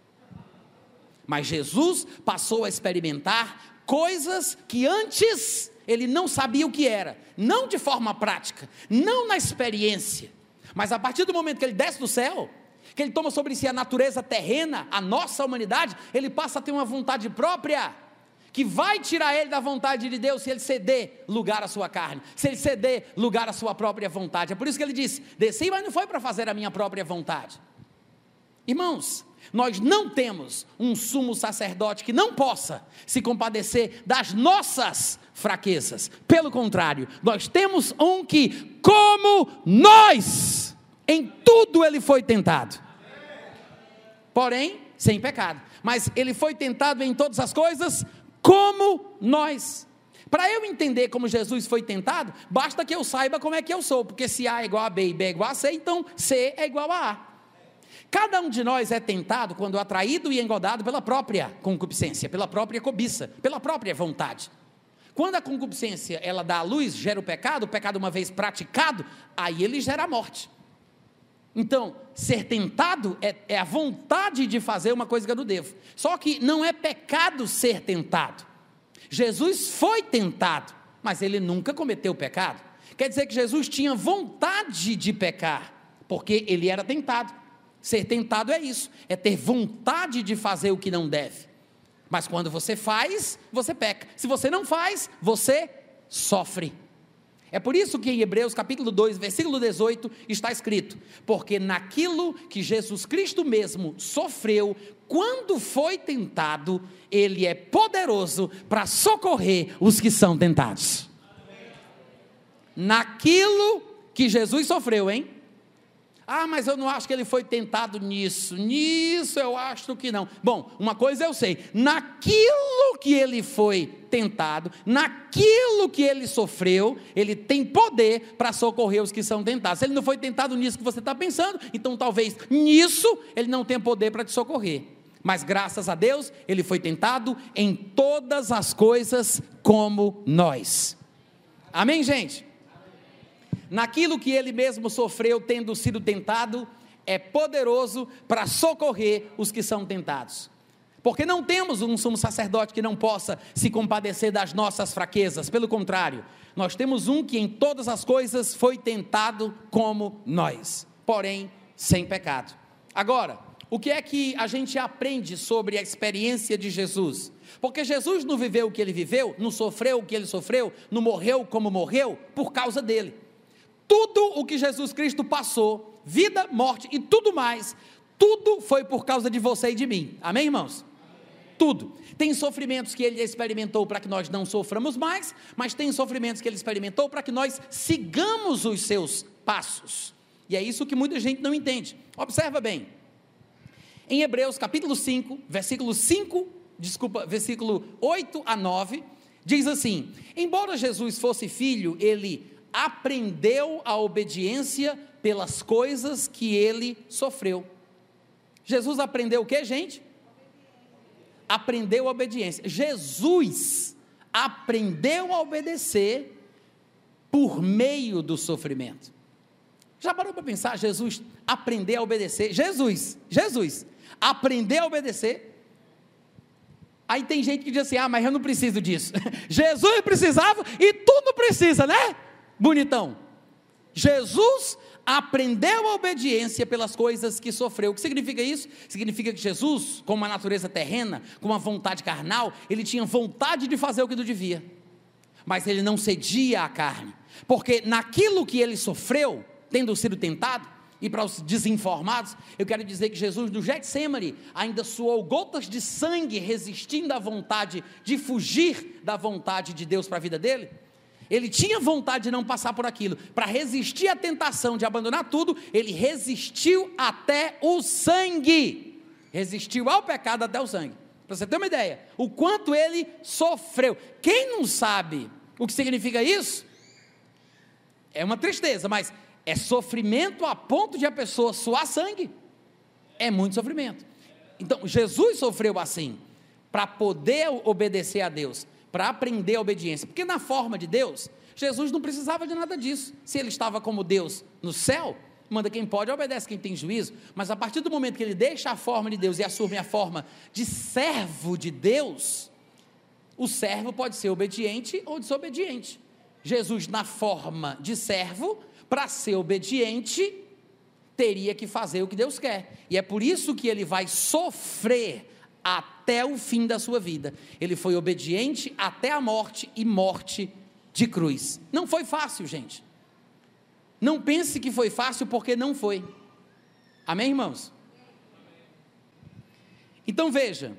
Mas Jesus passou a experimentar coisas que antes ele não sabia o que era, não de forma prática, não na experiência, mas a partir do momento que ele desce do céu, que ele toma sobre si a natureza terrena, a nossa humanidade, ele passa a ter uma vontade própria, que vai tirar ele da vontade de Deus, se ele ceder lugar à sua carne, se ele ceder lugar à sua própria vontade. É por isso que ele diz, desci, mas não foi para fazer a minha própria vontade. Irmãos, nós não temos um sumo sacerdote que não possa se compadecer das nossas fraquezas. Pelo contrário, nós temos um que, como nós, em tudo ele foi tentado, porém sem pecado. Mas ele foi tentado em todas as coisas como nós. Para eu entender como Jesus foi tentado, basta que eu saiba como é que eu sou, porque se A é igual a B e B é igual a C, então C é igual a A. Cada um de nós é tentado quando atraído e engodado pela própria concupiscência, pela própria cobiça, pela própria vontade. Quando a concupiscência ela dá à luz, gera o pecado, o pecado uma vez praticado, aí ele gera a morte. Então, ser tentado é, é a vontade de fazer uma coisa que eu não devo. Só que não é pecado ser tentado. Jesus foi tentado, mas ele nunca cometeu pecado. Quer dizer que Jesus tinha vontade de pecar, porque ele era tentado. Ser tentado é isso, é ter vontade de fazer o que não deve. Mas quando você faz, você peca. Se você não faz, você sofre. É por isso que em Hebreus capítulo dois, versículo dezoito, está escrito: porque naquilo que Jesus Cristo mesmo sofreu, quando foi tentado, ele é poderoso para socorrer os que são tentados. Naquilo que Jesus sofreu, hein? Ah, mas eu não acho que ele foi tentado nisso, nisso eu acho que não. Bom, uma coisa eu sei, naquilo que ele foi tentado, naquilo que ele sofreu, ele tem poder para socorrer os que são tentados. Se ele não foi tentado nisso que você está pensando, então talvez nisso ele não tenha poder para te socorrer. Mas graças a Deus, ele foi tentado em todas as coisas como nós. Amém, gente? Naquilo que ele mesmo sofreu, tendo sido tentado, é poderoso para socorrer os que são tentados. Porque não temos um sumo sacerdote que não possa se compadecer das nossas fraquezas. Pelo contrário, nós temos um que em todas as coisas foi tentado como nós, porém sem pecado. Agora, o que é que a gente aprende sobre a experiência de Jesus? Porque Jesus não viveu o que ele viveu, não sofreu o que ele sofreu, não morreu como morreu, por causa dele. Tudo o que Jesus Cristo passou, vida, morte e tudo mais, tudo foi por causa de você e de mim. Amém, irmãos? Amém. Tudo. Tem sofrimentos que ele experimentou para que nós não soframos mais, mas tem sofrimentos que ele experimentou para que nós sigamos os seus passos. E é isso que muita gente não entende. Observa bem. Em Hebreus capítulo cinco, versículo cinco, desculpa, versículo oito a nove, diz assim: embora Jesus fosse filho, ele aprendeu a obediência pelas coisas que ele sofreu. Jesus aprendeu o que, gente? Aprendeu a obediência. Jesus aprendeu a obedecer por meio do sofrimento. Já parou para pensar? Jesus aprendeu a obedecer. Jesus, Jesus, aprendeu a obedecer. Aí tem gente que diz assim: ah, mas eu não preciso disso. Jesus precisava e tu não precisa, né? Bonitão. Jesus aprendeu a obediência pelas coisas que sofreu. O que significa isso? Significa que Jesus, com uma natureza terrena, com uma vontade carnal, ele tinha vontade de fazer o que não devia, mas ele não cedia à carne, porque naquilo que ele sofreu, tendo sido tentado, e para os desinformados, eu quero dizer que Jesus no Getsêmani ainda suou gotas de sangue, resistindo à vontade de fugir da vontade de Deus para a vida dele. Ele tinha vontade de não passar por aquilo, para resistir à tentação de abandonar tudo, ele resistiu até o sangue, resistiu ao pecado até o sangue, para você ter uma ideia, o quanto ele sofreu. Quem não sabe o que significa isso, é uma tristeza, mas é sofrimento a ponto de a pessoa suar sangue, é muito sofrimento. Então, Jesus sofreu assim, para poder obedecer a Deus, para aprender a obediência, porque na forma de Deus, Jesus não precisava de nada disso. Se ele estava como Deus no céu, manda quem pode, obedece quem tem juízo. Mas a partir do momento que ele deixa a forma de Deus e assume a forma de servo de Deus, o servo pode ser obediente ou desobediente. Jesus, na forma de servo, para ser obediente, teria que fazer o que Deus quer, e é por isso que ele vai sofrer até o fim da sua vida. Ele foi obediente até a morte, e morte de cruz. Não foi fácil, gente. Não pense que foi fácil, porque não foi. Amém, irmãos? Então veja,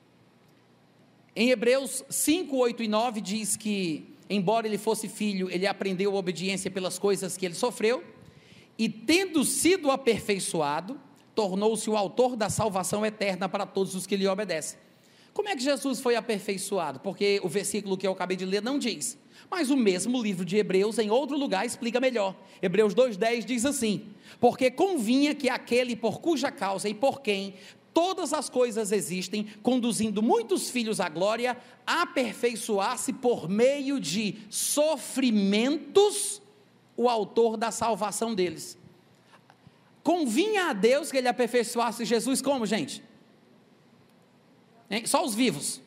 em Hebreus cinco, oito e nove diz que, embora ele fosse filho, ele aprendeu a obediência pelas coisas que ele sofreu, e tendo sido aperfeiçoado, tornou-se o autor da salvação eterna para todos os que lhe obedecem. Como é que Jesus foi aperfeiçoado? Porque o versículo que eu acabei de ler não diz, mas o mesmo livro de Hebreus, em outro lugar, explica melhor. Hebreus dois, dez diz assim: porque convinha que aquele por cuja causa e por quem todas as coisas existem, conduzindo muitos filhos à glória, aperfeiçoasse por meio de sofrimentos o autor da salvação deles. Convinha a Deus que ele aperfeiçoasse Jesus como, gente? Hein? Só os vivos.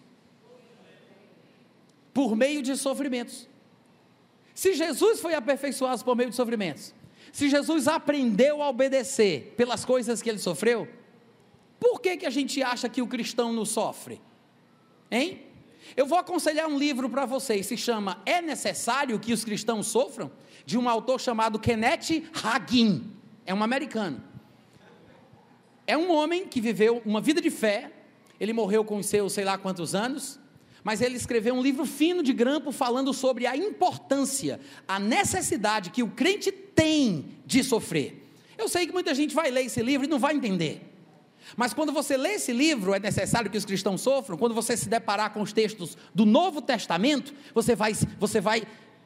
Por meio de sofrimentos. Se Jesus foi aperfeiçoado por meio de sofrimentos, se Jesus aprendeu a obedecer pelas coisas que ele sofreu, por que que a gente acha que o cristão não sofre? Hein? Eu vou aconselhar um livro para vocês, se chama É Necessário que os Cristãos Sofram? De um autor chamado Kenneth Hagin, é um americano. É um homem que viveu uma vida de fé, ele morreu com os seus sei lá quantos anos, mas ele escreveu um livro fino de grampo falando sobre a importância, a necessidade que o crente tem de sofrer. Eu sei que muita gente vai ler esse livro e não vai entender, mas quando você lê esse livro, É Necessário que os Cristãos Sofram, quando você se deparar com os textos do Novo Testamento, você vai, você vai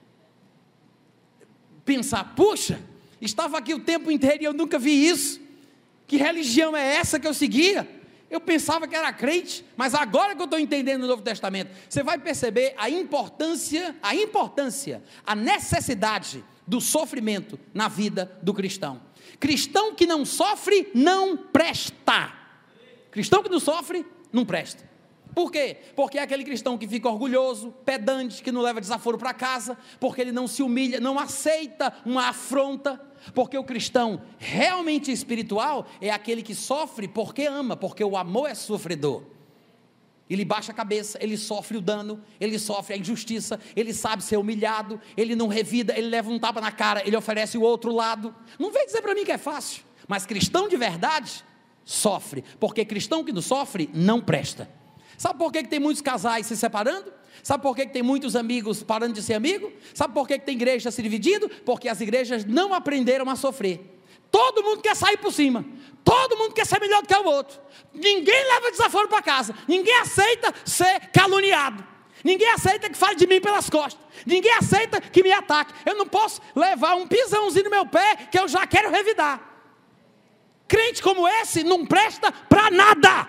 pensar, puxa, estava aqui o tempo inteiro e eu nunca vi isso, que religião é essa que eu seguia? Eu pensava que era crente, mas agora que eu estou entendendo o Novo Testamento, você vai perceber a importância, a importância, a necessidade do sofrimento na vida do cristão. Cristão que não sofre, não presta. Cristão que não sofre, não presta. Por quê? Porque é aquele cristão que fica orgulhoso, pedante, que não leva desaforo para casa, porque ele não se humilha, não aceita uma afronta, porque o cristão realmente espiritual é aquele que sofre porque ama, porque o amor é sofredor. Ele baixa a cabeça, ele sofre o dano, ele sofre a injustiça, ele sabe ser humilhado, ele não revida, ele leva um tapa na cara, ele oferece o outro lado. Não vem dizer para mim que é fácil, mas cristão de verdade sofre, porque cristão que não sofre não presta. Sabe por que que tem muitos casais se separando? Sabe por que que tem muitos amigos parando de ser amigo? Sabe por que que tem igreja se dividindo? Porque as igrejas não aprenderam a sofrer. Todo mundo quer sair por cima, todo mundo quer ser melhor do que o outro, ninguém leva desaforo para casa, ninguém aceita ser caluniado, ninguém aceita que fale de mim pelas costas, ninguém aceita que me ataque. Eu não posso levar um pisãozinho no meu pé que eu já quero revidar. Crente como esse não presta para nada.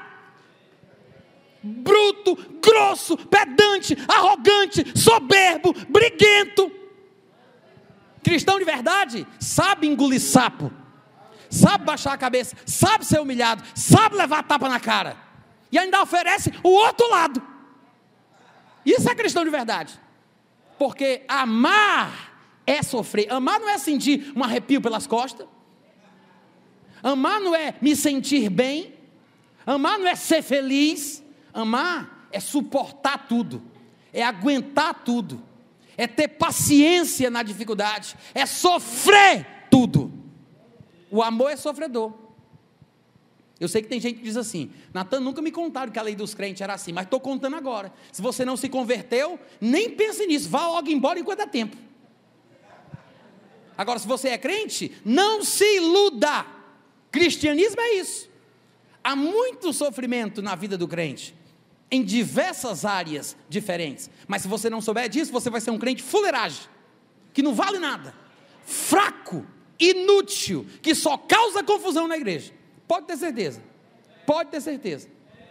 Bruto, grosso, pedante, arrogante, soberbo, briguento. Cristão de verdade sabe engolir sapo, sabe baixar a cabeça, sabe ser humilhado, sabe levar tapa na cara, e ainda oferece o outro lado. Isso é cristão de verdade, porque amar é sofrer. Amar não é sentir um arrepio pelas costas, amar não é me sentir bem, amar não é ser feliz. Amar é suportar tudo, é aguentar tudo, é ter paciência na dificuldade, é sofrer tudo. O amor é sofredor. Eu sei que tem gente que diz assim: Natan, nunca me contaram que a lei dos crentes era assim, mas estou contando agora. Se você não se converteu, nem pense nisso, vá logo embora enquanto é tempo. Agora, se você é crente, não se iluda. Cristianismo é isso. Há muito sofrimento na vida do crente, em diversas áreas diferentes, mas se você não souber disso, você vai ser um crente fuleiragem, que não vale nada, fraco, inútil, que só causa confusão na igreja. Pode ter certeza, pode ter certeza.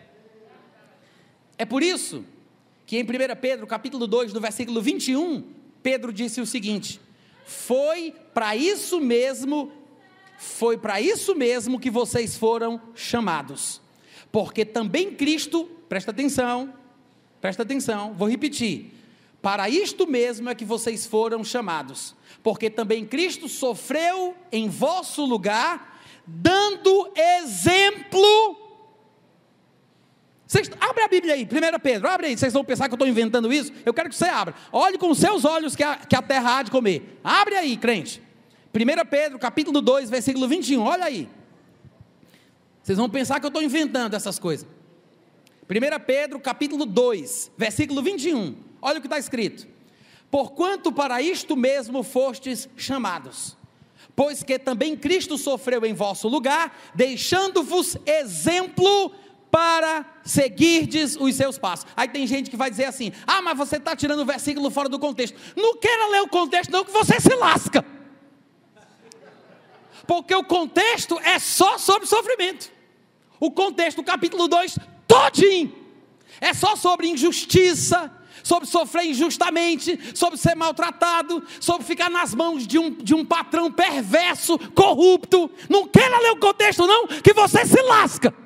É por isso que em primeira Pedro, capítulo dois, no versículo vinte e um, Pedro disse o seguinte: foi para isso mesmo, foi para isso mesmo que vocês foram chamados, porque também Cristo, presta atenção, presta atenção, vou repetir, para isto mesmo é que vocês foram chamados, porque também Cristo sofreu em vosso lugar, dando exemplo. Vocês, abre a Bíblia aí, primeira Pedro, abre aí, vocês vão pensar que eu estou inventando isso, eu quero que você abra, olhe com os seus olhos que a, que a terra há de comer, abre aí, crente, primeira Pedro, capítulo dois, versículo vinte e um, olha aí, vocês vão pensar que eu estou inventando essas coisas, primeira Pedro, capítulo dois, versículo vinte e um, olha o que está escrito, porquanto para isto mesmo fostes chamados, pois que também Cristo sofreu em vosso lugar, deixando-vos exemplo para seguirdes os seus passos. Aí tem gente que vai dizer assim, ah, mas você está tirando o versículo fora do contexto. Não queira ler o contexto não, que você se lasca. Porque o contexto é só sobre sofrimento. O contexto do capítulo dois, todinho, é só sobre injustiça, sobre sofrer injustamente, sobre ser maltratado, sobre ficar nas mãos de um, de um patrão perverso, corrupto. Não queira ler o contexto não, que você se lasca.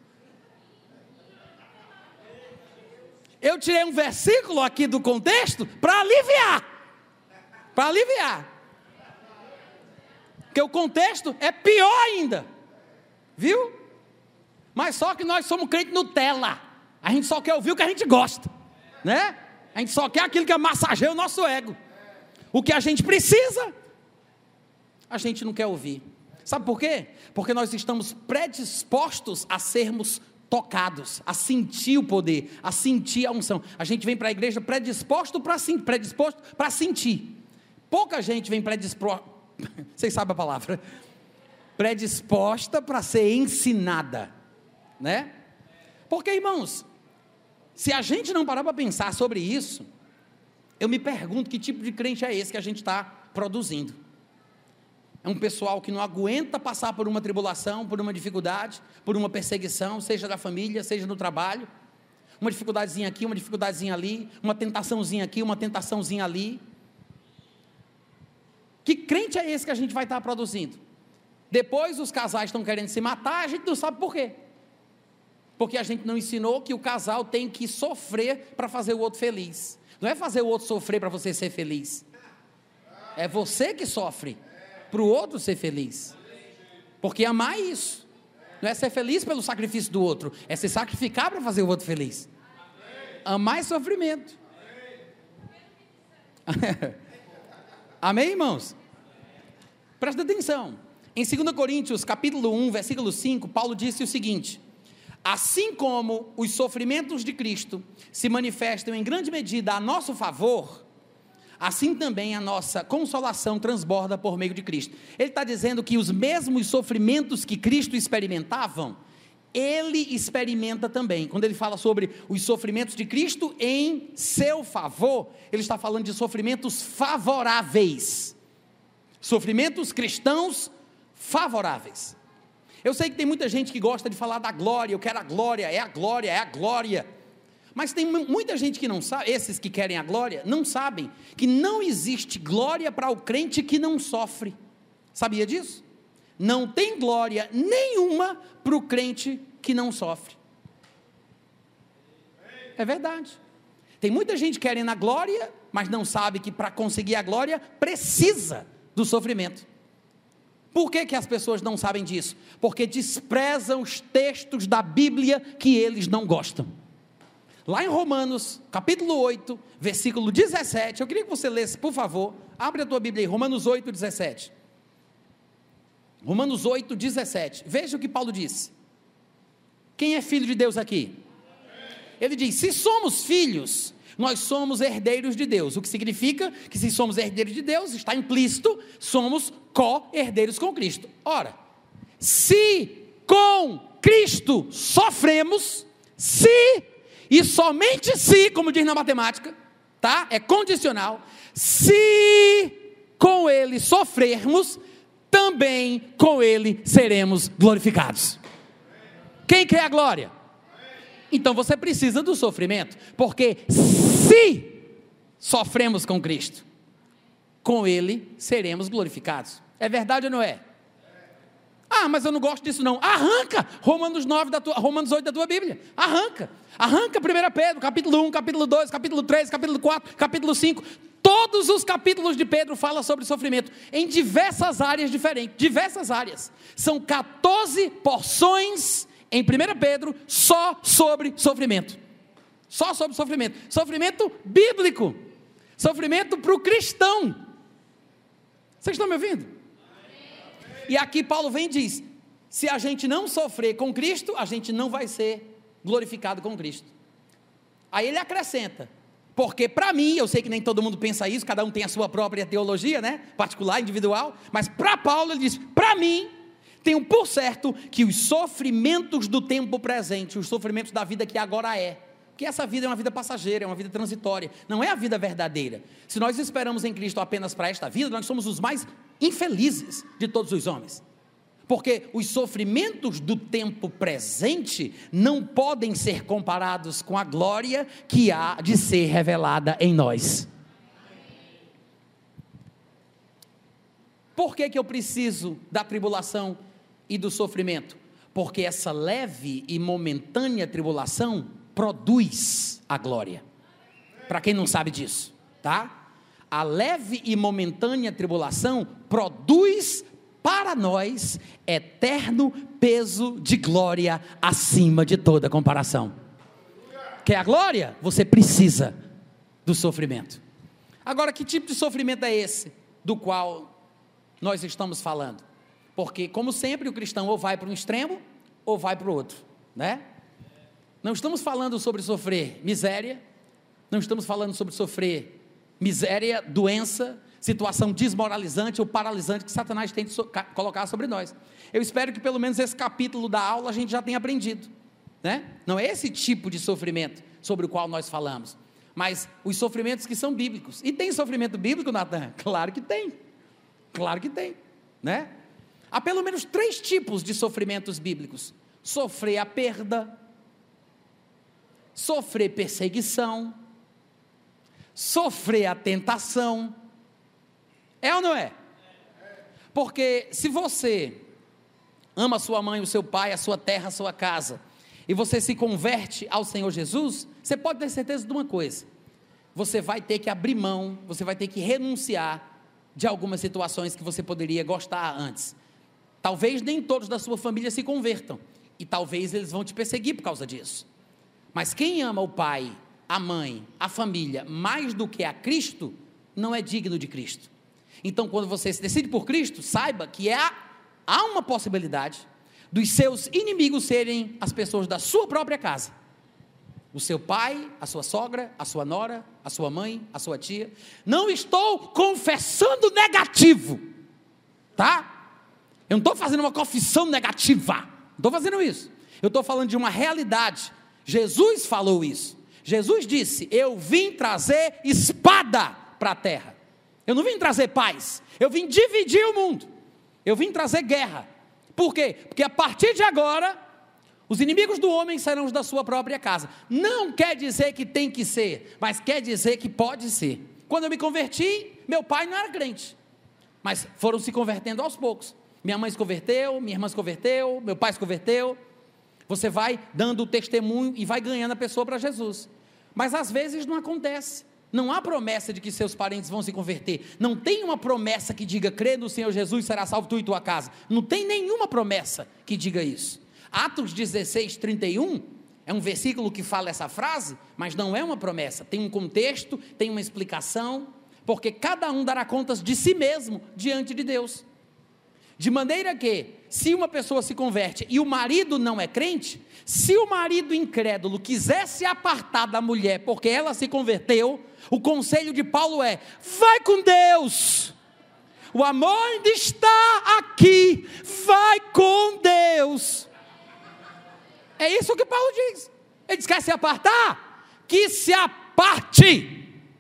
Eu tirei um versículo aqui do contexto para aliviar, para aliviar, porque o contexto é pior ainda, viu? Mas só que nós somos crentes Nutella, a gente só quer ouvir o que a gente gosta, né? A gente só quer aquilo que massageia o nosso ego, o que a gente precisa, a gente não quer ouvir, sabe por quê? Porque nós estamos predispostos a sermos tocados, a sentir o poder, a sentir a unção. A gente vem para a igreja predisposto para predisposto para sentir. Pouca gente vem predisposta, vocês sabem a palavra, predisposta para ser ensinada, né? Porque, irmãos, se a gente não parar para pensar sobre isso, eu me pergunto que tipo de crente é esse que a gente está produzindo. É um pessoal que não aguenta passar por uma tribulação, por uma dificuldade, por uma perseguição, seja da família, seja no trabalho, uma dificuldadezinha aqui, uma dificuldadezinha ali, uma tentaçãozinha aqui, uma tentaçãozinha ali. Que crente é esse que a gente vai estar produzindo? Depois os casais estão querendo se matar, a gente não sabe por quê. Porque a gente não ensinou que o casal tem que sofrer para fazer o outro feliz. Não é fazer o outro sofrer para você ser feliz. É você que sofre para o outro ser feliz, porque amar é isso, não é ser feliz pelo sacrifício do outro, é se sacrificar para fazer o outro feliz. Amar é sofrimento. Amém, irmãos? Presta atenção, em dois Coríntios capítulo um, versículo cinco, Paulo disse o seguinte, assim como os sofrimentos de Cristo se manifestam em grande medida a nosso favor, assim também a nossa consolação transborda por meio de Cristo. Ele está dizendo que os mesmos sofrimentos que Cristo experimentavam, ele experimenta também. Quando ele fala sobre os sofrimentos de Cristo em seu favor, ele está falando de sofrimentos favoráveis, sofrimentos cristãos favoráveis. Eu sei que tem muita gente que gosta de falar da glória, eu quero a glória, é a glória, é a glória. Mas tem muita gente que não sabe, esses que querem a glória, não sabem que não existe glória para o crente que não sofre. Sabia disso? Não tem glória nenhuma para o crente que não sofre. É verdade. Tem muita gente querendo a glória, mas não sabe que para conseguir a glória precisa do sofrimento. Por que que as pessoas não sabem disso? Porque desprezam os textos da Bíblia que eles não gostam. Lá em Romanos, capítulo oito, versículo dezessete, eu queria que você lesse, por favor, abre a tua Bíblia aí, Romanos oito, dezessete. Romanos oito, dezessete, veja o que Paulo disse. Quem é filho de Deus aqui? Ele diz, se somos filhos, nós somos herdeiros de Deus, o que significa que se somos herdeiros de Deus, está implícito, somos co-herdeiros com Cristo. Ora, se com Cristo sofremos, se... e somente se, como diz na matemática, tá? É condicional, se com ele sofrermos, também com ele seremos glorificados. Quem quer a glória? Então você precisa do sofrimento, porque se sofremos com Cristo, com ele seremos glorificados. É verdade ou não é? Ah, mas eu não gosto disso não. Arranca Romanos nove da tua, Romanos oito da tua Bíblia. Arranca. Arranca primeira Pedro, capítulo um, capítulo dois, capítulo três, capítulo quatro, capítulo cinco. Todos os capítulos de Pedro falam sobre sofrimento, em diversas áreas diferentes, diversas áreas. São quatorze porções em primeiro Pedro, só sobre sofrimento. Só sobre sofrimento. Sofrimento bíblico. Sofrimento para o cristão. Vocês estão me ouvindo? E aqui Paulo vem e diz, se a gente não sofrer com Cristo, a gente não vai ser glorificado com Cristo. Aí ele acrescenta, porque para mim, eu sei que nem todo mundo pensa isso, cada um tem a sua própria teologia, né? Particular, individual, mas para Paulo ele diz, para mim, tenho por certo que os sofrimentos do tempo presente, os sofrimentos da vida que agora é, porque essa vida é uma vida passageira, é uma vida transitória, não é a vida verdadeira. Se nós esperamos em Cristo apenas para esta vida, nós somos os mais infelizes de todos os homens. Porque os sofrimentos do tempo presente não podem ser comparados com a glória que há de ser revelada em nós. Por que que eu preciso da tribulação e do sofrimento? Porque essa leve e momentânea tribulação produz a glória. Para quem não sabe disso, tá? A leve e momentânea tribulação produz para nós eterno peso de glória acima de toda comparação. Quer a glória? Você precisa do sofrimento. Agora, que tipo de sofrimento é esse do qual nós estamos falando? Porque, como sempre, o cristão ou vai para um extremo ou vai para o outro, né? Não estamos falando sobre sofrer miséria, não estamos falando sobre sofrer miséria, doença, situação desmoralizante ou paralisante que Satanás tem de so- colocar sobre nós. Eu espero que pelo menos esse capítulo da aula a gente já tenha aprendido, né? Não é esse tipo de sofrimento sobre o qual nós falamos, mas os sofrimentos que são bíblicos. E tem sofrimento bíblico, Natan? Claro que tem, claro que tem, né? Há pelo menos três tipos de sofrimentos bíblicos: sofrer a perda, sofrer perseguição, sofrer a tentação. É ou não é? Porque se você ama a sua mãe, o seu pai, a sua terra, a sua casa, e você se converte ao Senhor Jesus, você pode ter certeza de uma coisa: você vai ter que abrir mão, você vai ter que renunciar de algumas situações que você poderia gostar antes. Talvez nem todos da sua família se convertam, e talvez eles vão te perseguir por causa disso. Mas quem ama o pai, a mãe, a família, mais do que a Cristo, não é digno de Cristo. Então, quando você se decide por Cristo, saiba que há, há uma possibilidade dos seus inimigos serem as pessoas da sua própria casa. O seu pai, a sua sogra, a sua nora, a sua mãe, a sua tia. Não estou confessando negativo, tá? Eu não estou fazendo uma confissão negativa, não estou fazendo isso. Eu estou falando de uma realidade. Jesus falou isso. Jesus disse: eu vim trazer espada para a terra. Eu não vim trazer paz, eu vim dividir o mundo, eu vim trazer guerra. Por quê? Porque a partir de agora, os inimigos do homem serão os da sua própria casa. Não quer dizer que tem que ser, mas quer dizer que pode ser. Quando eu me converti, meu pai não era crente, mas foram se convertendo aos poucos. Minha mãe se converteu, minha irmã se converteu, meu pai se converteu. Você vai dando o testemunho e vai ganhando a pessoa para Jesus. Mas às vezes não acontece. Não há promessa de que seus parentes vão se converter. Não tem uma promessa que diga: crê no Senhor Jesus, será salvo tu e tua casa. Não tem nenhuma promessa que diga isso. Atos dezesseis, trinta e um é um versículo que fala essa frase, mas não é uma promessa. Tem um contexto, tem uma explicação, porque cada um dará contas de si mesmo diante de Deus. De maneira que, se uma pessoa se converte e o marido não é crente, se o marido incrédulo quiser se apartar da mulher porque ela se converteu, o conselho de Paulo é: vai com Deus, o amor ainda está aqui, vai com Deus. É isso que Paulo diz. Ele diz: quer se apartar? Que se aparte.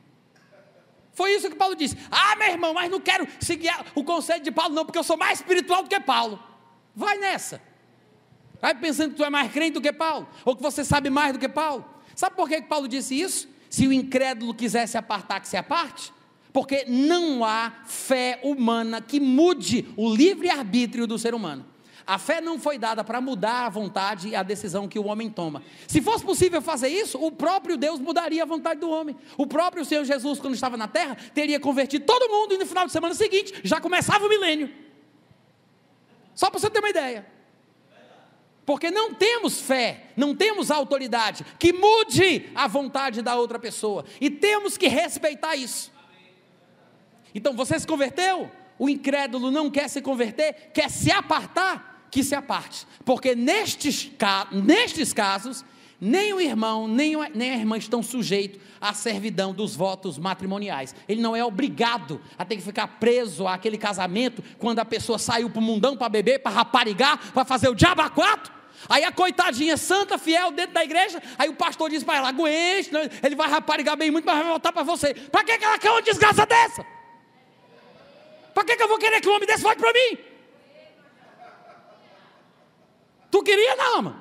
Foi isso que Paulo disse. Ah, meu irmão, mas não quero seguir o conselho de Paulo não, porque eu sou mais espiritual do que Paulo. Vai nessa. Vai pensando que tu é mais crente do que Paulo, ou que você sabe mais do que Paulo. Sabe por que Paulo disse isso? Se o incrédulo quiser se apartar, que se aparte. Porque não há fé humana que mude o livre-arbítrio do ser humano. A fé não foi dada para mudar a vontade e a decisão que o homem toma. Se fosse possível fazer isso, o próprio Deus mudaria a vontade do homem. O próprio Senhor Jesus, quando estava na terra, teria convertido todo mundo e no final de semana seguinte, já começava o milênio. Só para você ter uma ideia. Porque não temos fé, não temos autoridade que mude a vontade da outra pessoa. E temos que respeitar isso. Então, você se converteu? O incrédulo não quer se converter, quer se apartar, que se aparte. Porque nestes, nestes casos, nem o irmão, nem a, nem a irmã estão sujeitos à servidão dos votos matrimoniais. Ele não é obrigado a ter que ficar preso àquele casamento, quando a pessoa saiu para o mundão para beber, para raparigar, para fazer o diabo a quatro. Aí a coitadinha santa, fiel, dentro da igreja, aí o pastor diz para ela, aguente, ele vai raparigar bem muito, mas vai voltar para você. Para que ela quer uma desgraça dessa? Para que, que eu vou querer que um homem desse volte para mim? Tu queria não, mano?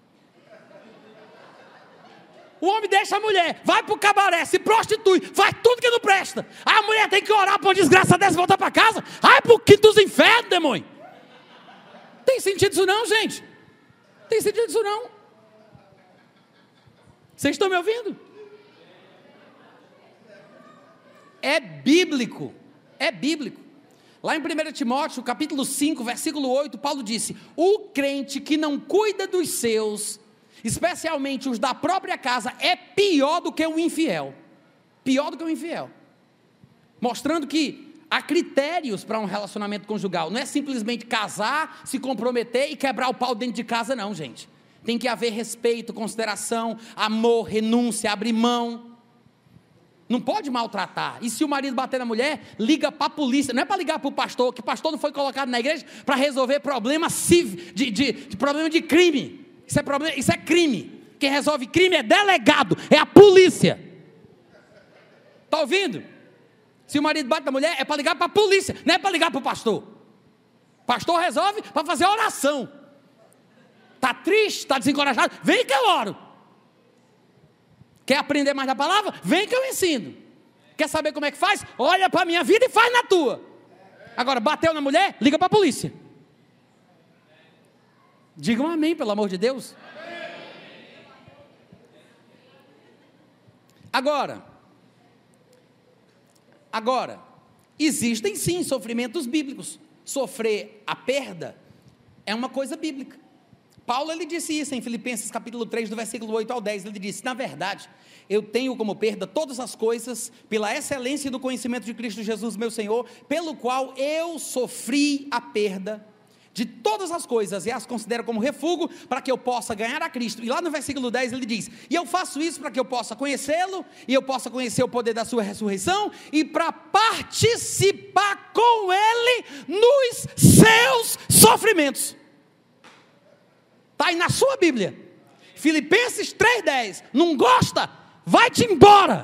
O homem deixa a mulher, vai para o cabaré, se prostitui, faz tudo que não presta. Aí a mulher tem que orar para uma desgraça dessa voltar para casa. Ai, para o quinto dos infernos, demônio. Tem sentido isso não, gente? Tem sentido isso não? Vocês estão me ouvindo? É bíblico, é bíblico. Lá em primeiro Timóteo, capítulo cinco, versículo oito, Paulo disse, o crente que não cuida dos seus, especialmente os da própria casa, é pior do que o infiel. Pior do que o infiel. Mostrando que há critérios para um relacionamento conjugal. Não é simplesmente casar, se comprometer e quebrar o pau dentro de casa, não, gente. Tem que haver respeito, consideração, amor, renúncia, abrir mão. Não pode maltratar. E se o marido bater na mulher, liga para a polícia. Não é para ligar para o pastor, que o pastor não foi colocado na igreja para resolver problema civil, de, de, de problema de crime. Isso é, problema, isso é crime. Quem resolve crime é delegado, é a polícia. Está ouvindo? Se o marido bate na mulher, é para ligar para a polícia, não é para ligar para o pastor. O pastor resolve para fazer oração. Está triste, está desencorajado, vem que eu oro. Quer aprender mais da palavra? Vem que eu ensino. Quer saber como é que faz? Olha para a minha vida e faz na tua. Agora, bateu na mulher? Liga para a polícia. Digam amém, pelo amor de Deus. Agora, agora, existem sim sofrimentos bíblicos. Sofrer a perda é uma coisa bíblica. Paulo, ele disse isso em Filipenses capítulo três, do versículo oito ao dez, ele disse, na verdade, eu tenho como perda todas as coisas, pela excelência do conhecimento de Cristo Jesus, meu Senhor, pelo qual eu sofri a perda de todas as coisas, e as considero como refúgio, para que eu possa ganhar a Cristo. E lá no versículo dez ele diz, e eu faço isso para que eu possa conhecê-lo, e eu possa conhecer o poder da sua ressurreição, e para participar com ele nos seus sofrimentos. Está aí na sua Bíblia, Filipenses três, dez, não gosta? Vai-te embora,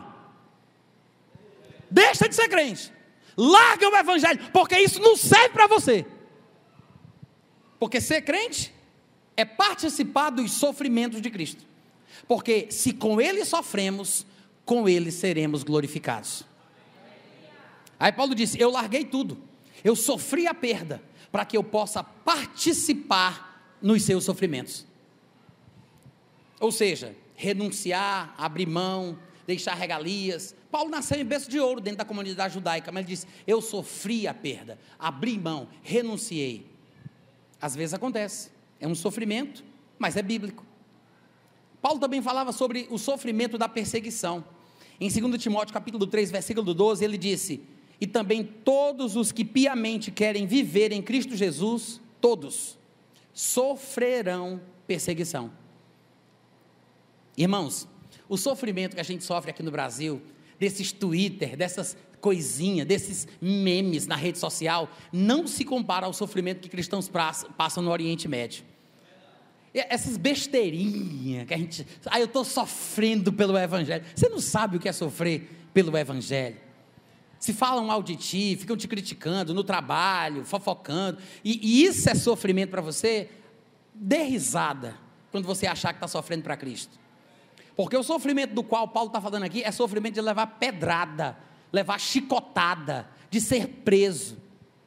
deixa de ser crente, larga o evangelho, porque isso não serve para você, porque ser crente é participar dos sofrimentos de Cristo, porque se com ele sofremos, com ele seremos glorificados. Aí Paulo disse, eu larguei tudo, eu sofri a perda, para que eu possa participar nos seus sofrimentos, ou seja, renunciar, abrir mão, deixar regalias. Paulo nasceu em berço de ouro dentro da comunidade judaica, mas ele disse, eu sofri a perda, abri mão, renunciei. Às vezes acontece, é um sofrimento, mas é bíblico. Paulo também falava sobre o sofrimento da perseguição, em dois Timóteo capítulo três, versículo doze, ele disse, e também todos os que piamente querem viver em Cristo Jesus, todos, sofrerão perseguição. Irmãos, o sofrimento que a gente sofre aqui no Brasil, desses Twitter, dessas coisinhas, desses memes na rede social, não se compara ao sofrimento que cristãos passam no Oriente Médio. Essas besteirinhas que a gente, ah, eu estou sofrendo pelo Evangelho. Você não sabe o que é sofrer pelo Evangelho. Se falam mal de ti, ficam te criticando no trabalho, fofocando, e, e isso é sofrimento para você, dê risada quando você achar que está sofrendo para Cristo, porque o sofrimento do qual Paulo está falando aqui, é sofrimento de levar pedrada, levar chicotada, de ser preso,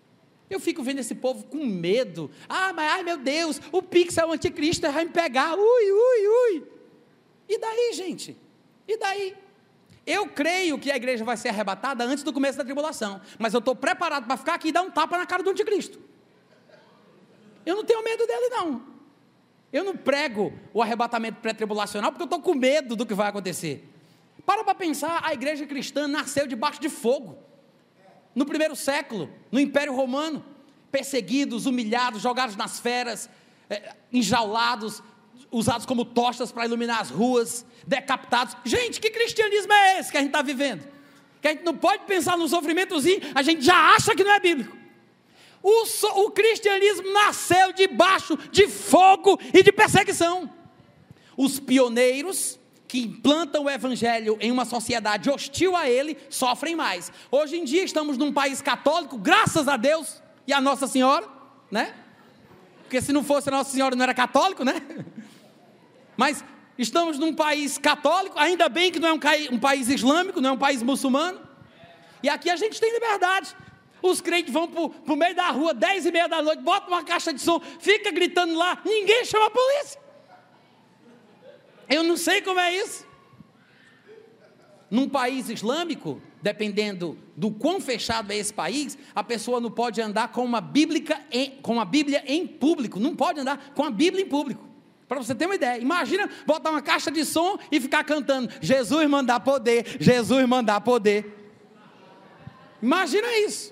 Eu fico vendo esse povo com medo. Ah, mas ai meu Deus, o Pix é o anticristo, vai me pegar. Ui, ui, ui. E daí, gente? E daí? Eu creio que a igreja vai ser arrebatada antes do começo da tribulação. Mas eu estou preparado para ficar aqui e dar um tapa na cara do anticristo. Eu não tenho medo dele, não. Eu não prego o arrebatamento pré-tribulacional porque eu estou com medo do que vai acontecer. Para para pensar, a igreja cristã nasceu debaixo de fogo. No primeiro século, no Império Romano, perseguidos, humilhados, jogados nas feras, é, enjaulados, usados como tochas para iluminar as ruas, decapitados. Gente, que cristianismo é esse que a gente está vivendo? Que a gente não pode pensar no sofrimentozinho, a gente já acha que não é bíblico. O, so, o cristianismo nasceu debaixo de fogo e de perseguição. Os pioneiros que implantam o evangelho em uma sociedade hostil a ele, sofrem mais. Hoje em dia estamos num país católico, graças a Deus e a Nossa Senhora, né? Porque se não fosse a Nossa Senhora não era católico, né? Mas estamos num país católico, ainda bem que não é um, um país islâmico, não é um país muçulmano, e aqui a gente tem liberdade. Os crentes vão para o meio da rua, dez e meia da noite, botam uma caixa de som, fica gritando lá, ninguém chama a polícia. Eu não sei como é isso. Num país islâmico, dependendo do quão fechado é esse país, a pessoa não pode andar com uma, bíblica em, com uma Bíblia em público, não pode andar com a Bíblia em público. Para você ter uma ideia, imagina botar uma caixa de som e ficar cantando, Jesus mandar poder, Jesus mandar poder. Imagina isso.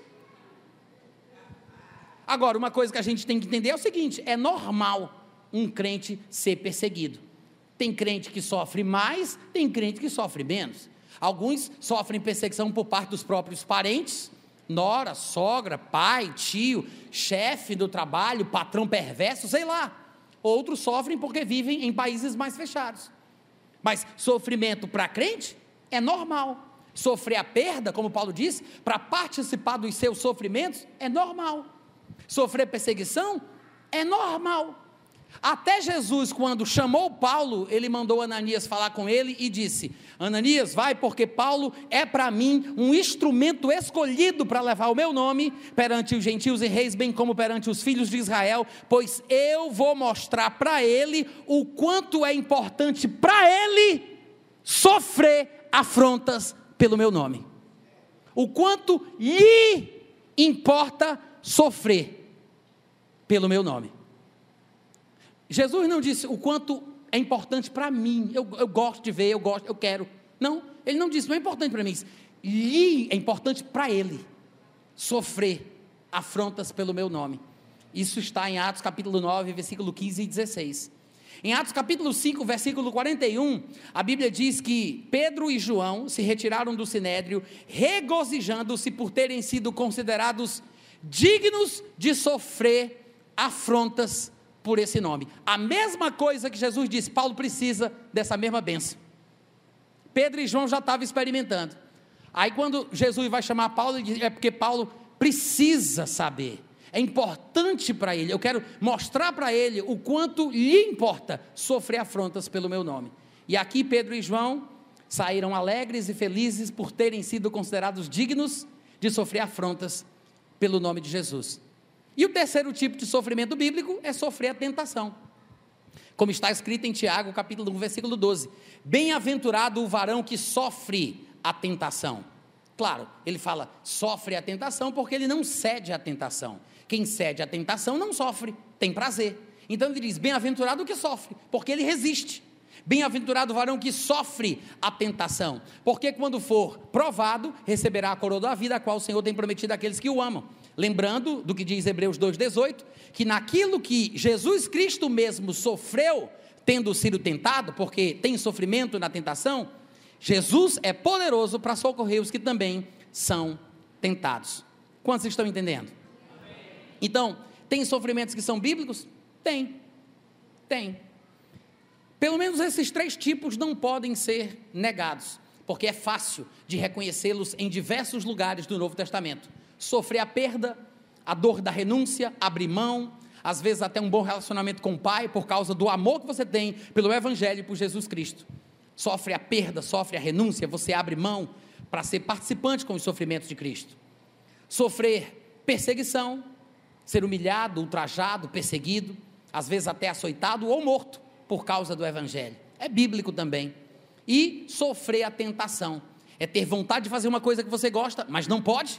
Agora, uma coisa que a gente tem que entender é o seguinte, é normal um crente ser perseguido. Tem crente que sofre mais, tem crente que sofre menos. Alguns sofrem perseguição por parte dos próprios parentes, nora, sogra, pai, tio, chefe do trabalho, patrão perverso, sei lá. Outros sofrem porque vivem em países mais fechados. Mas sofrimento para crente é normal. Sofrer a perda, como Paulo disse, para participar dos seus sofrimentos é normal. Sofrer perseguição é normal. Até Jesus, quando chamou Paulo, ele mandou Ananias falar com ele e disse, Ananias, vai, porque Paulo é para mim um instrumento escolhido para levar o meu nome perante os gentios e reis, bem como perante os filhos de Israel, pois eu vou mostrar para ele o quanto é importante para ele sofrer afrontas pelo meu nome. O quanto lhe importa sofrer pelo meu nome. Jesus não disse o quanto é importante para mim, eu, eu gosto de ver, eu gosto, eu quero. Não, ele não disse, não é importante para mim. Lhe é importante para ele sofrer afrontas pelo meu nome. Isso está em Atos capítulo nove, versículo quinze e dezesseis. Em Atos capítulo cinco, versículo quarenta e um, a Bíblia diz que Pedro e João se retiraram do sinédrio, regozijando-se por terem sido considerados dignos de sofrer afrontas por esse nome. A mesma coisa que Jesus disse, Paulo precisa dessa mesma bênção. Pedro e João já estavam experimentando. Aí quando Jesus vai chamar Paulo, ele diz, é porque Paulo precisa saber, é importante para ele, eu quero mostrar para ele o quanto lhe importa sofrer afrontas pelo meu nome. E aqui Pedro e João saíram alegres e felizes por terem sido considerados dignos de sofrer afrontas pelo nome de Jesus. E o terceiro tipo de sofrimento bíblico é sofrer a tentação. Como está escrito em Tiago, capítulo um, versículo doze. Bem-aventurado o varão que sofre a tentação. Claro, ele fala, sofre a tentação porque ele não cede à tentação. Quem cede à tentação não sofre, tem prazer. Então ele diz, bem-aventurado o que sofre, porque ele resiste. Bem-aventurado o varão que sofre a tentação, porque quando for provado, receberá a coroa da vida, a qual o Senhor tem prometido àqueles que o amam. Lembrando do que diz Hebreus dois, dezoito, que naquilo que Jesus Cristo mesmo sofreu, tendo sido tentado, porque tem sofrimento na tentação, Jesus é poderoso para socorrer os que também são tentados. Quantos estão entendendo? Então, tem sofrimentos que são bíblicos? Tem, tem. Pelo menos esses três tipos não podem ser negados, porque é fácil de reconhecê-los em diversos lugares do Novo Testamento. Sofrer a perda, a dor da renúncia, abrir mão, às vezes até um bom relacionamento com o Pai, por causa do amor que você tem pelo Evangelho e por Jesus Cristo. Sofre a perda, sofre a renúncia, você abre mão para ser participante com os sofrimentos de Cristo. Sofrer perseguição, ser humilhado, ultrajado, perseguido, às vezes até açoitado ou morto por causa do evangelho. É bíblico também. E sofrer a tentação, é ter vontade de fazer uma coisa que você gosta, mas não pode,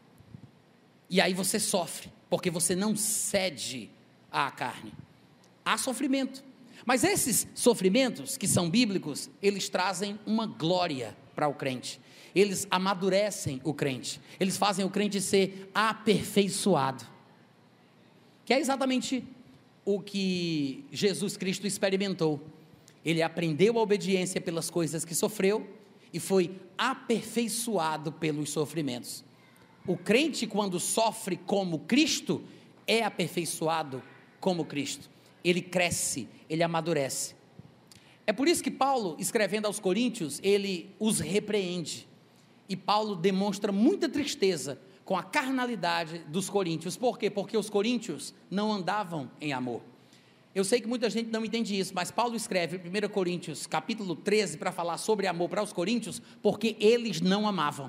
e aí você sofre, porque você não cede à carne. Há sofrimento, mas esses sofrimentos que são bíblicos, eles trazem uma glória para o crente, eles amadurecem o crente, eles fazem o crente ser aperfeiçoado, que é exatamente o que Jesus Cristo experimentou. Ele aprendeu a obediência pelas coisas que sofreu e foi aperfeiçoado pelos sofrimentos. O crente, quando sofre como Cristo, é aperfeiçoado como Cristo. Ele cresce, ele amadurece. É por isso que Paulo, escrevendo aos Coríntios, ele os repreende. E Paulo demonstra muita tristeza com a carnalidade dos coríntios. Por quê? Porque os coríntios não andavam em amor. Eu sei que muita gente não entende isso, mas Paulo escreve em primeira Coríntios, capítulo treze, para falar sobre amor para os coríntios, porque eles não amavam.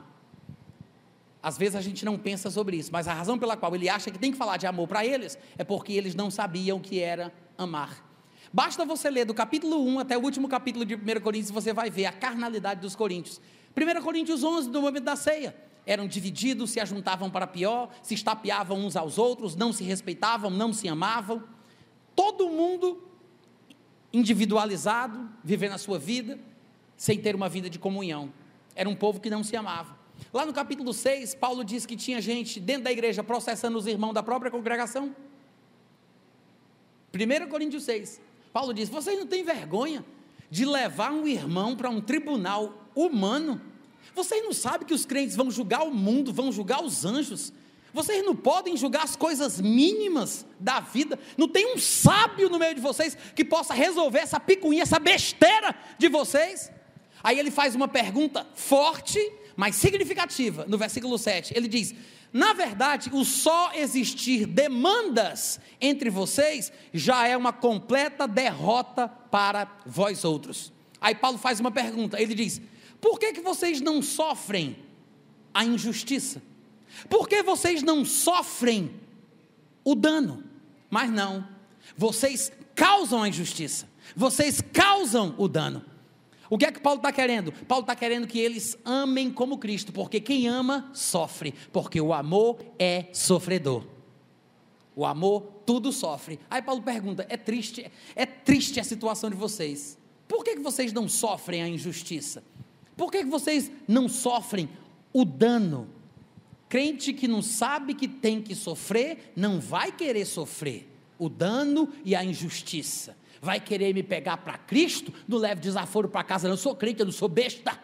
Às vezes a gente não pensa sobre isso, mas a razão pela qual ele acha que tem que falar de amor para eles, é porque eles não sabiam o que era amar. Basta você ler do capítulo um até o último capítulo de primeira Coríntios, você vai ver a carnalidade dos coríntios. primeira Coríntios onze, no momento da ceia, eram divididos, se ajuntavam para pior, se estapeavam uns aos outros, não se respeitavam, não se amavam, todo mundo individualizado, vivendo a sua vida, sem ter uma vida de comunhão. Era um povo que não se amava. Lá no capítulo seis, Paulo diz que tinha gente dentro da igreja processando os irmãos da própria congregação. primeira Coríntios seis, Paulo diz: vocês não têm vergonha de levar um irmão para um tribunal humano? Vocês não sabem que os crentes vão julgar o mundo, vão julgar os anjos? Vocês não podem julgar as coisas mínimas da vida? Não tem um sábio no meio de vocês que possa resolver essa picuinha, essa besteira de vocês? Aí ele faz uma pergunta forte, mas significativa, no versículo sete, ele diz: na verdade, o só existir demandas entre vocês, já é uma completa derrota para vós outros. Aí Paulo faz uma pergunta, ele diz: por que que vocês não sofrem a injustiça? Por que vocês não sofrem o dano? Mas não, vocês causam a injustiça, vocês causam o dano. O que é que Paulo está querendo? Paulo está querendo que eles amem como Cristo, porque quem ama, sofre, porque o amor é sofredor. O amor tudo sofre. Aí Paulo pergunta: é triste, é triste a situação de vocês, por que que vocês não sofrem a injustiça? Por que que vocês não sofrem o dano? Crente que não sabe que tem que sofrer, não vai querer sofrer o dano e a injustiça. Vai querer me pegar para Cristo, não leve desaforo para casa, não, eu sou crente, eu não sou besta.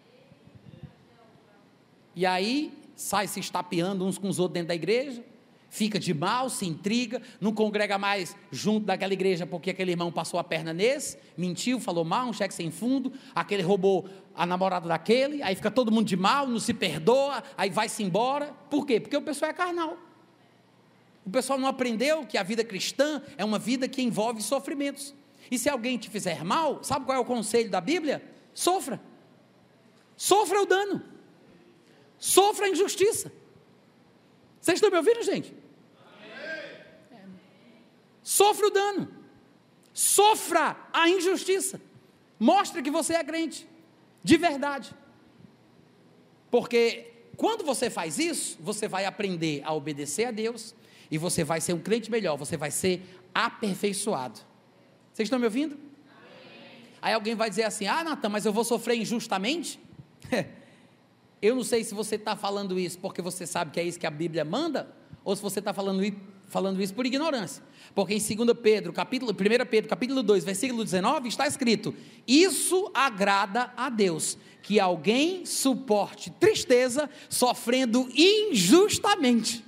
E aí, sai se estapeando uns com os outros dentro da igreja, fica de mal, se intriga, não congrega mais junto daquela igreja, porque aquele irmão passou a perna nesse, mentiu, falou mal, um cheque sem fundo, aquele roubou a namorada daquele, aí fica todo mundo de mal, não se perdoa, aí vai-se embora. Por quê? Porque o pessoal é carnal. O pessoal não aprendeu que a vida cristã é uma vida que envolve sofrimentos. E se alguém te fizer mal, sabe qual é o conselho da Bíblia? Sofra. Sofra o dano. Sofra a injustiça. Vocês estão me ouvindo, gente? É. Sofra o dano. Sofra a injustiça. Mostre que você é crente. De verdade. Porque quando você faz isso, você vai aprender a obedecer a Deus, e você vai ser um crente melhor, você vai ser aperfeiçoado. Vocês estão me ouvindo? Amém. Aí alguém vai dizer assim: ah, Natan, mas eu vou sofrer injustamente? Eu não sei se você está falando isso porque você sabe que é isso que a Bíblia manda, ou se você está falando, falando isso por ignorância. Porque em segunda Pedro, capítulo, primeira Pedro, capítulo dois, versículo dezenove, está escrito: isso agrada a Deus, que alguém suporte tristeza sofrendo injustamente.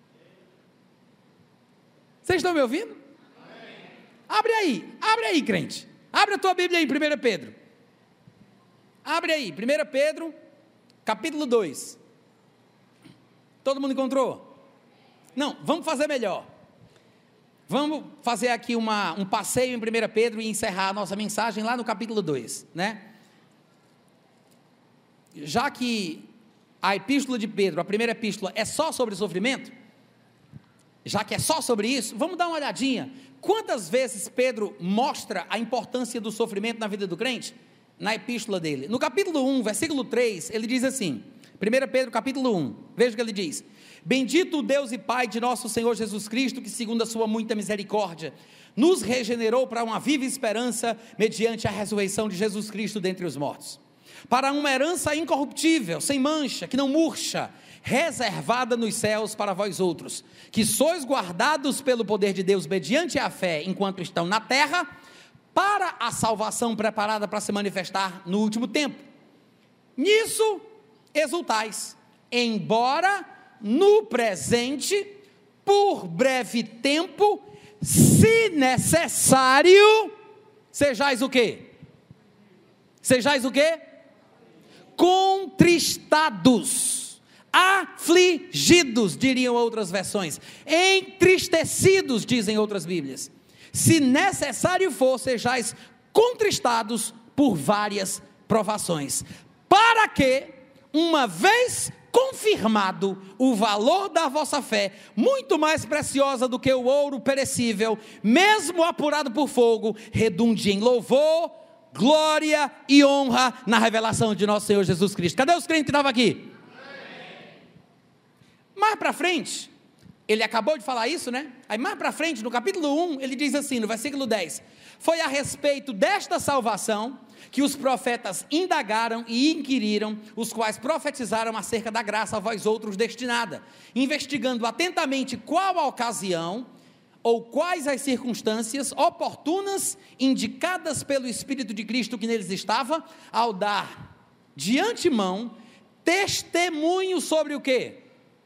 Vocês estão me ouvindo? Amém. Abre aí, abre aí, crente. Abre a tua Bíblia aí em primeira Pedro. Abre aí, primeira Pedro, capítulo dois. Todo mundo encontrou? Não, vamos fazer melhor. Vamos fazer aqui uma, um passeio em primeira Pedro e encerrar a nossa mensagem lá no capítulo dois, né? Já que a epístola de Pedro, a primeira epístola, é só sobre sofrimento, já que é só sobre isso, vamos dar uma olhadinha. Quantas vezes Pedro mostra a importância do sofrimento na vida do crente? Na epístola dele. No capítulo um, versículo três, ele diz assim, primeiro Pedro capítulo um, veja o que ele diz: bendito o Deus e Pai de nosso Senhor Jesus Cristo, que segundo a sua muita misericórdia, nos regenerou para uma viva esperança, mediante a ressurreição de Jesus Cristo dentre os mortos, para uma herança incorruptível, sem mancha, que não murcha, reservada nos céus para vós outros, que sois guardados pelo poder de Deus, mediante a fé, enquanto estão na terra, para a salvação preparada para se manifestar no último tempo. Nisso exultais, embora no presente, por breve tempo, se necessário, sejais o quê? Sejais o quê? Contristados, afligidos, diriam outras versões, entristecidos, dizem outras Bíblias. Se necessário for, sejais contristados por várias provações, para que, uma vez confirmado o valor da vossa fé, muito mais preciosa do que o ouro perecível, mesmo apurado por fogo, redunde em louvor, glória e honra na revelação de nosso Senhor Jesus Cristo. Cadê os crentes que estavam aqui? Mais para frente, ele acabou de falar isso, né? Aí mais para frente, no capítulo um, ele diz assim, no versículo dez: foi a respeito desta salvação que os profetas indagaram e inquiriram, os quais profetizaram acerca da graça a vós outros destinada, investigando atentamente qual a ocasião, ou quais as circunstâncias oportunas, indicadas pelo Espírito de Cristo que neles estava, ao dar, de antemão, testemunho sobre o quê?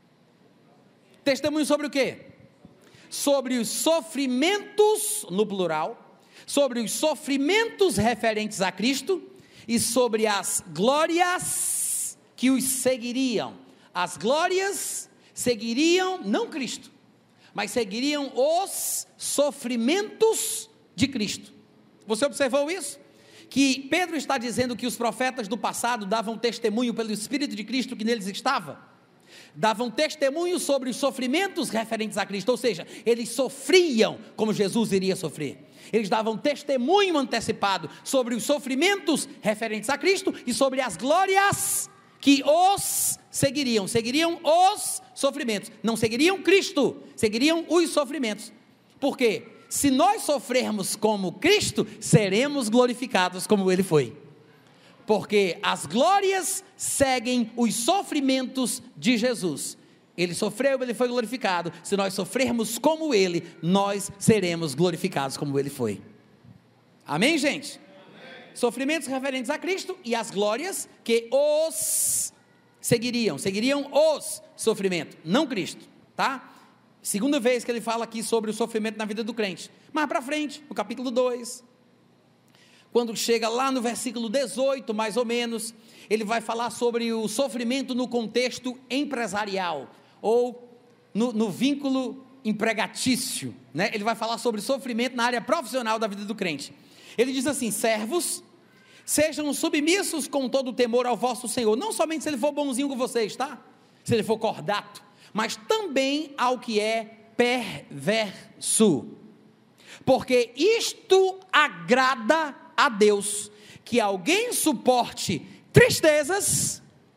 Testemunho sobre o quê? Sobre os sofrimentos, no plural, sobre os sofrimentos referentes a Cristo, e sobre as glórias que os seguiriam. As glórias seguiriam, não Cristo, mas seguiriam os sofrimentos de Cristo. Você observou isso? Que Pedro está dizendo que os profetas do passado davam testemunho pelo Espírito de Cristo que neles estava, davam testemunho sobre os sofrimentos referentes a Cristo, ou seja, eles sofriam como Jesus iria sofrer. Eles davam testemunho antecipado sobre os sofrimentos referentes a Cristo e sobre as glórias que os seguiriam. Seguiriam os sofrimentos, não seguiriam Cristo, seguiriam os sofrimentos. Por quê? Se nós sofrermos como Cristo, seremos glorificados como Ele foi. Porque as glórias seguem os sofrimentos de Jesus. Ele sofreu, Ele foi glorificado. Se nós sofrermos como Ele, nós seremos glorificados como Ele foi. Amém, gente? Amém. Sofrimentos referentes a Cristo e as glórias que os seguiriam. Seguiriam os sofrimentos, não Cristo, tá? Segunda vez que ele fala aqui sobre o sofrimento na vida do crente. Mais para frente, no capítulo dois, quando chega lá no versículo dezoito, mais ou menos, ele vai falar sobre o sofrimento no contexto empresarial, ou no, no vínculo empregatício, né? Ele vai falar sobre sofrimento na área profissional da vida do crente. Ele diz assim: servos, sejam submissos com todo o temor ao vosso Senhor, não somente se ele for bonzinho com vocês, tá? Se ele for cordato, mas também ao que é perverso, porque isto agrada a Deus, que alguém suporte tristezas,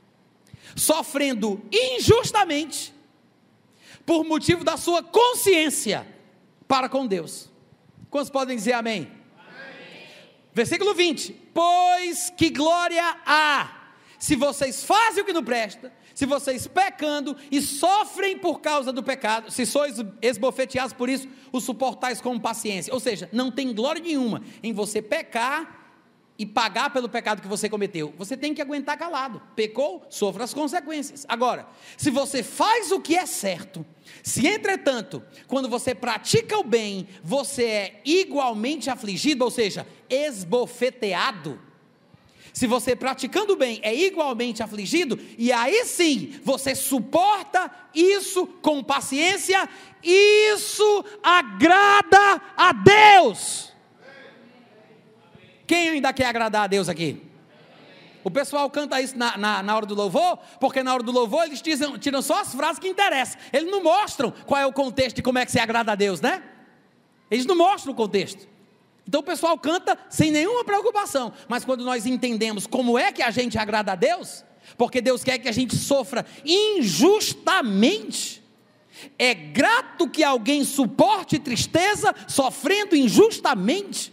sofrendo injustamente, por motivo da sua consciência para com Deus. Quantos podem dizer amém? Amém. Versículo vinte: pois que glória há, se vocês fazem o que não presta, se vocês pecando e sofrem por causa do pecado, se sois esbofeteados por isso, o suportais com paciência. Ou seja, não tem glória nenhuma em você pecar e pagar pelo pecado que você cometeu. Você tem que aguentar calado. Pecou, sofra as consequências. Agora, se você faz o que é certo, se entretanto, quando você pratica o bem, você é igualmente afligido, ou seja, esbofeteado, se você praticando o bem é igualmente afligido, e aí sim, você suporta isso com paciência, isso agrada a Deus. Quem ainda quer agradar a Deus aqui? O pessoal canta isso na, na, na hora do louvor, porque na hora do louvor eles tiram, tiram só as frases que interessam. Eles não mostram qual é o contexto de como é que você agrada a Deus, né? Eles não mostram o contexto. Então o pessoal canta sem nenhuma preocupação. Mas quando nós entendemos como é que a gente agrada a Deus, porque Deus quer que a gente sofra injustamente. É grato que alguém suporte tristeza sofrendo injustamente.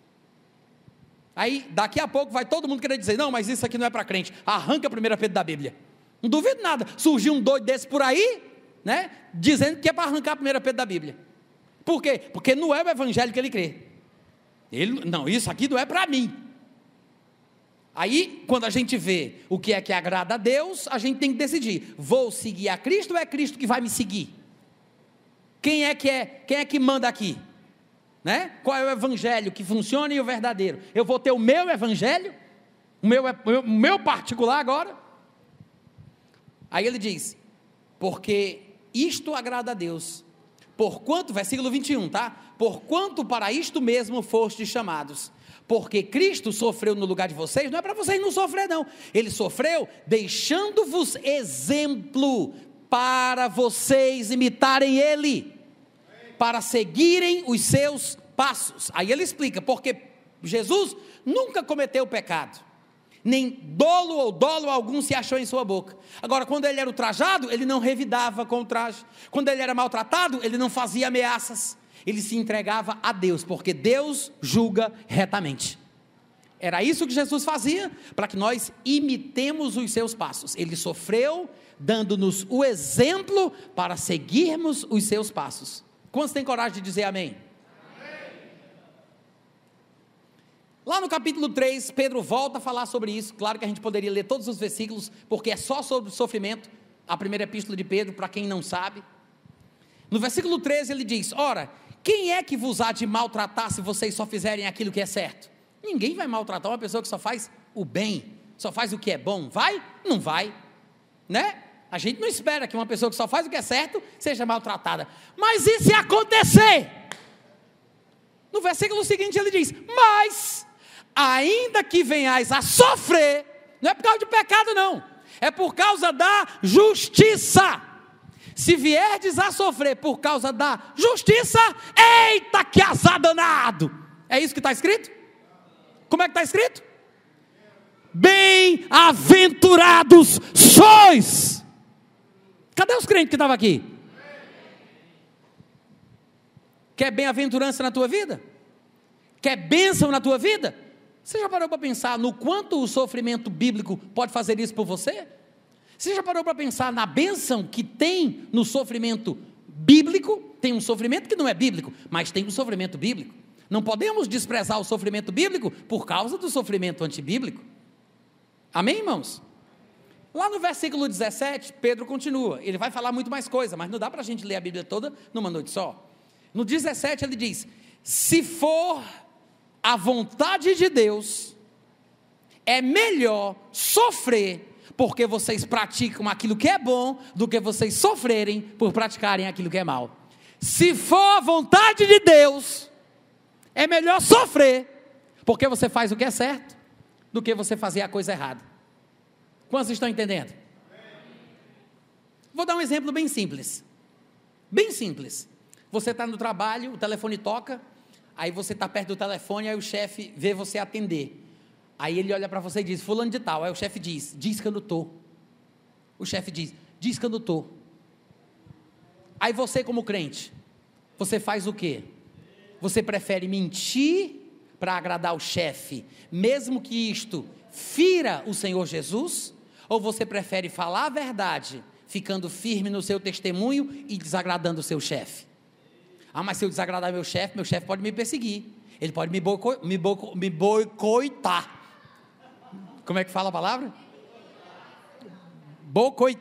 Aí daqui a pouco vai todo mundo querer dizer, não, mas isso aqui não é para crente. Arranca a primeira Pedro da Bíblia. Não duvido nada, surgiu um doido desse por aí, né, dizendo que é para arrancar a primeira Pedro da Bíblia. Por quê? Porque não é o evangelho que ele crê. Ele, não, isso aqui não é para mim. Aí, quando a gente vê o que é que agrada a Deus, a gente tem que decidir, vou seguir a Cristo ou é Cristo que vai me seguir? Quem é que é, quem é que manda aqui? Né? Qual é o evangelho que funciona e o verdadeiro? Eu vou ter o meu evangelho, o meu, o meu particular agora? Aí ele diz, porque isto agrada a Deus, porquanto, versículo vinte e um, tá? Porquanto para isto mesmo fostes chamados, porque Cristo sofreu no lugar de vocês, não é para vocês não sofrer não, ele sofreu deixando-vos exemplo, para vocês imitarem ele, para seguirem os seus passos. Aí ele explica, porque Jesus nunca cometeu pecado, nem dolo ou dolo algum se achou em sua boca. Agora, quando ele era ultrajado, ele não revidava com o traje. Quando ele era maltratado, ele não fazia ameaças. Ele se entregava a Deus, porque Deus julga retamente. Era isso que Jesus fazia, para que nós imitemos os seus passos. Ele sofreu, dando-nos o exemplo para seguirmos os seus passos. Quantos têm coragem de dizer amém? Amém? Lá no capítulo três, Pedro volta a falar sobre isso. Claro que a gente poderia ler todos os versículos, porque é só sobre o sofrimento, a primeira epístola de Pedro, para quem não sabe. No versículo treze ele diz, ora, quem é que vos há de maltratar se vocês só fizerem aquilo que é certo? Ninguém vai maltratar uma pessoa que só faz o bem, só faz o que é bom. Vai? Não vai, né? A gente não espera que uma pessoa que só faz o que é certo seja maltratada. Mas e se acontecer? No versículo seguinte ele diz, mas ainda que venhais a sofrer, não é por causa de pecado não, é por causa da justiça. Se vierdes a sofrer por causa da justiça, eita que azar danado. É isso que está escrito? Como é que está escrito? Bem-aventurados sois. Cadê os crentes que estavam aqui? Quer bem-aventurança na tua vida? Quer bênção na tua vida? Você já parou para pensar no quanto o sofrimento bíblico pode fazer isso por você? Você já parou para pensar na bênção que tem no sofrimento bíblico? Tem um sofrimento que não é bíblico, mas tem um sofrimento bíblico. Não podemos desprezar o sofrimento bíblico por causa do sofrimento antibíblico. Amém, irmãos? Lá no versículo dezessete, Pedro continua, ele vai falar muito mais coisa, mas não dá para a gente ler a Bíblia toda numa noite só. No dezessete ele diz, se for a vontade de Deus, é melhor sofrer, porque vocês praticam aquilo que é bom, do que vocês sofrerem por praticarem aquilo que é mal. Se for a vontade de Deus, é melhor sofrer, porque você faz o que é certo, do que você fazer a coisa errada. Quantos estão entendendo? Vou dar um exemplo bem simples, bem simples, você está no trabalho, o telefone toca, aí você está perto do telefone, aí o chefe vê você atender, aí ele olha para você e diz, fulano de tal, aí o chefe diz, diz que eu não estou, o chefe diz, diz que eu não estou, aí você como crente, você faz o quê? Você prefere mentir para agradar o chefe, mesmo que isto fira o Senhor Jesus, ou você prefere falar a verdade, ficando firme no seu testemunho e desagradando o seu chefe? Ah, mas se eu desagradar meu chefe, meu chefe pode me perseguir, ele pode me, boico, me, boico, me boicotar. Como é que fala a palavra? Boicotar.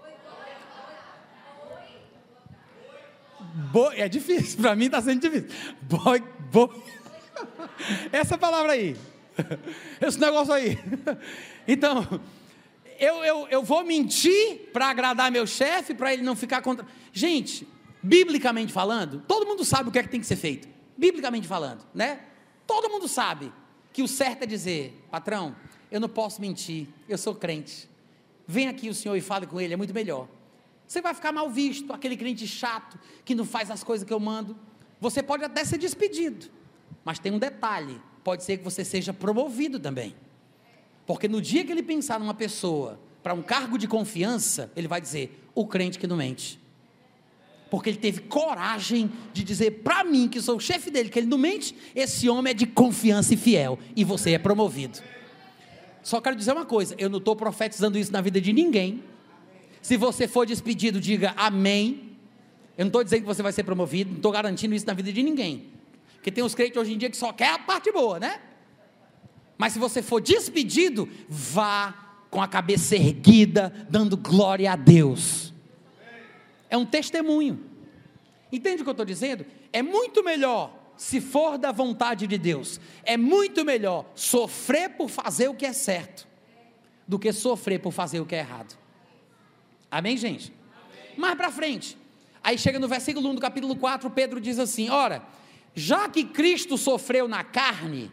Bo... É difícil, para mim está sendo difícil. Boi... Bo... Essa palavra aí, esse negócio aí. Então, eu, eu, eu vou mentir para agradar meu chefe, para ele não ficar contra. Gente, biblicamente falando, todo mundo sabe o que é que tem que ser feito. Biblicamente falando, né? Todo mundo sabe que o certo é dizer, patrão, eu não posso mentir, eu sou crente. Vem aqui o senhor e fale com ele, é muito melhor. Você vai ficar mal visto, aquele crente chato, que não faz as coisas que eu mando. Você pode até ser despedido, mas tem um detalhe, pode ser que você seja promovido também. Porque no dia que ele pensar numa pessoa, para um cargo de confiança, ele vai dizer, o crente que não mente. Porque ele teve coragem de dizer para mim, que sou o chefe dele, que ele não mente, esse homem é de confiança e fiel, e você é promovido. Só quero dizer uma coisa, eu não estou profetizando isso na vida de ninguém. Se você for despedido, diga amém. Eu não estou dizendo que você vai ser promovido, não estou garantindo isso na vida de ninguém. Porque tem uns crentes hoje em dia que só quer a parte boa, né? Mas se você for despedido, vá com a cabeça erguida, dando glória a Deus. É um testemunho. Entende o que eu estou dizendo? É muito melhor, se for da vontade de Deus, é muito melhor sofrer por fazer o que é certo, do que sofrer por fazer o que é errado. Amém, gente? Amém. Mais para frente, aí chega no versículo um do capítulo quatro, Pedro diz assim, ora, já que Cristo sofreu na carne,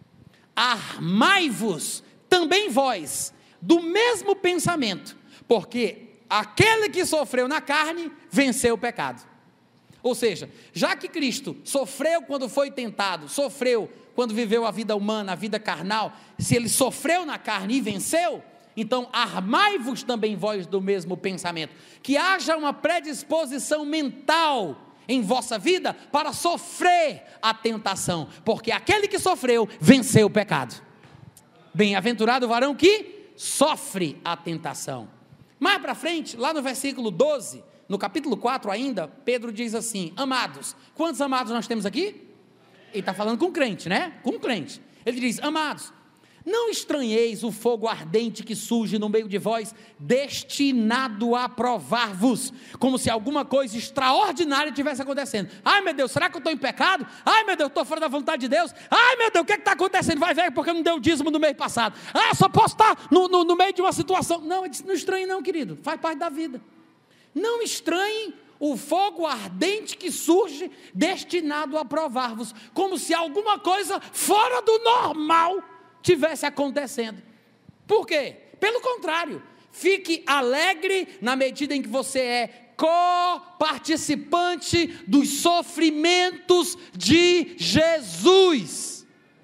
armai-vos também vós, do mesmo pensamento, porque aquele que sofreu na carne, venceu o pecado. Ou seja, já que Cristo sofreu quando foi tentado, sofreu quando viveu a vida humana, a vida carnal, se ele sofreu na carne e venceu, então armai-vos também vós do mesmo pensamento, que haja uma predisposição mental em vossa vida para sofrer a tentação, porque aquele que sofreu, venceu o pecado. Bem-aventurado o varão que sofre a tentação. Mais para frente, lá no versículo doze, no capítulo quatro ainda, Pedro diz assim, amados, quantos amados nós temos aqui? Ele está falando com crente, né? Com crente. Ele diz, amados, não estranheis o fogo ardente que surge no meio de vós, destinado a provar-vos, como se alguma coisa extraordinária estivesse acontecendo. Ai meu Deus, será que eu estou em pecado? Ai meu Deus, estou fora da vontade de Deus. Ai meu Deus, o que está acontecendo? Vai ver porque eu não dei o dízimo no mês passado. Ah, só posso estar no, no, no meio de uma situação. Não, ele disse, não estranhe não, querido, faz parte da vida. Não estranhe o fogo ardente que surge, destinado a provar-vos, como se alguma coisa fora do normal tivesse acontecendo. Por quê? Pelo contrário, fique alegre na medida em que você é co-participante dos sofrimentos de Jesus.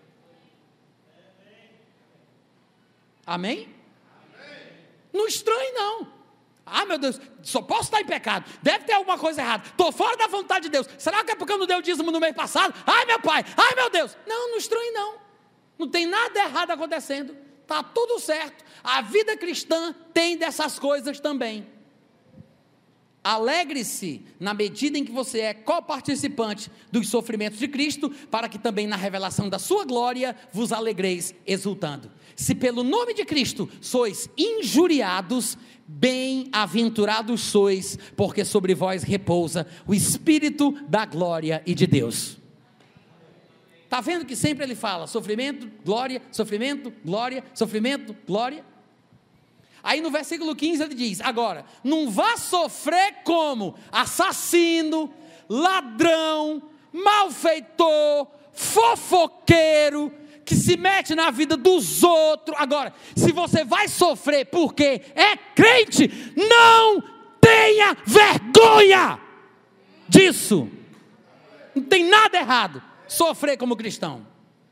Amém? Não estranhe não. Ah meu Deus, só posso estar em pecado, deve ter alguma coisa errada, estou fora da vontade de Deus, será que é porque eu não dei o dízimo no mês passado? Ai meu pai, ai meu Deus, não, não estranhe não. Não tem nada errado acontecendo, está tudo certo, a vida cristã tem dessas coisas também. Alegre-se na medida em que você é coparticipante dos sofrimentos de Cristo, para que também na revelação da sua glória vos alegreis exultando. Se pelo nome de Cristo sois injuriados, bem-aventurados sois, porque sobre vós repousa o Espírito da glória e de Deus. Está vendo que sempre ele fala, sofrimento, glória, sofrimento, glória, sofrimento, glória. Aí no versículo quinze ele diz, agora, não vá sofrer como assassino, ladrão, malfeitor, fofoqueiro, que se mete na vida dos outros. Agora, se você vai sofrer porque é crente, não tenha vergonha disso. Não tem nada errado sofrer como cristão.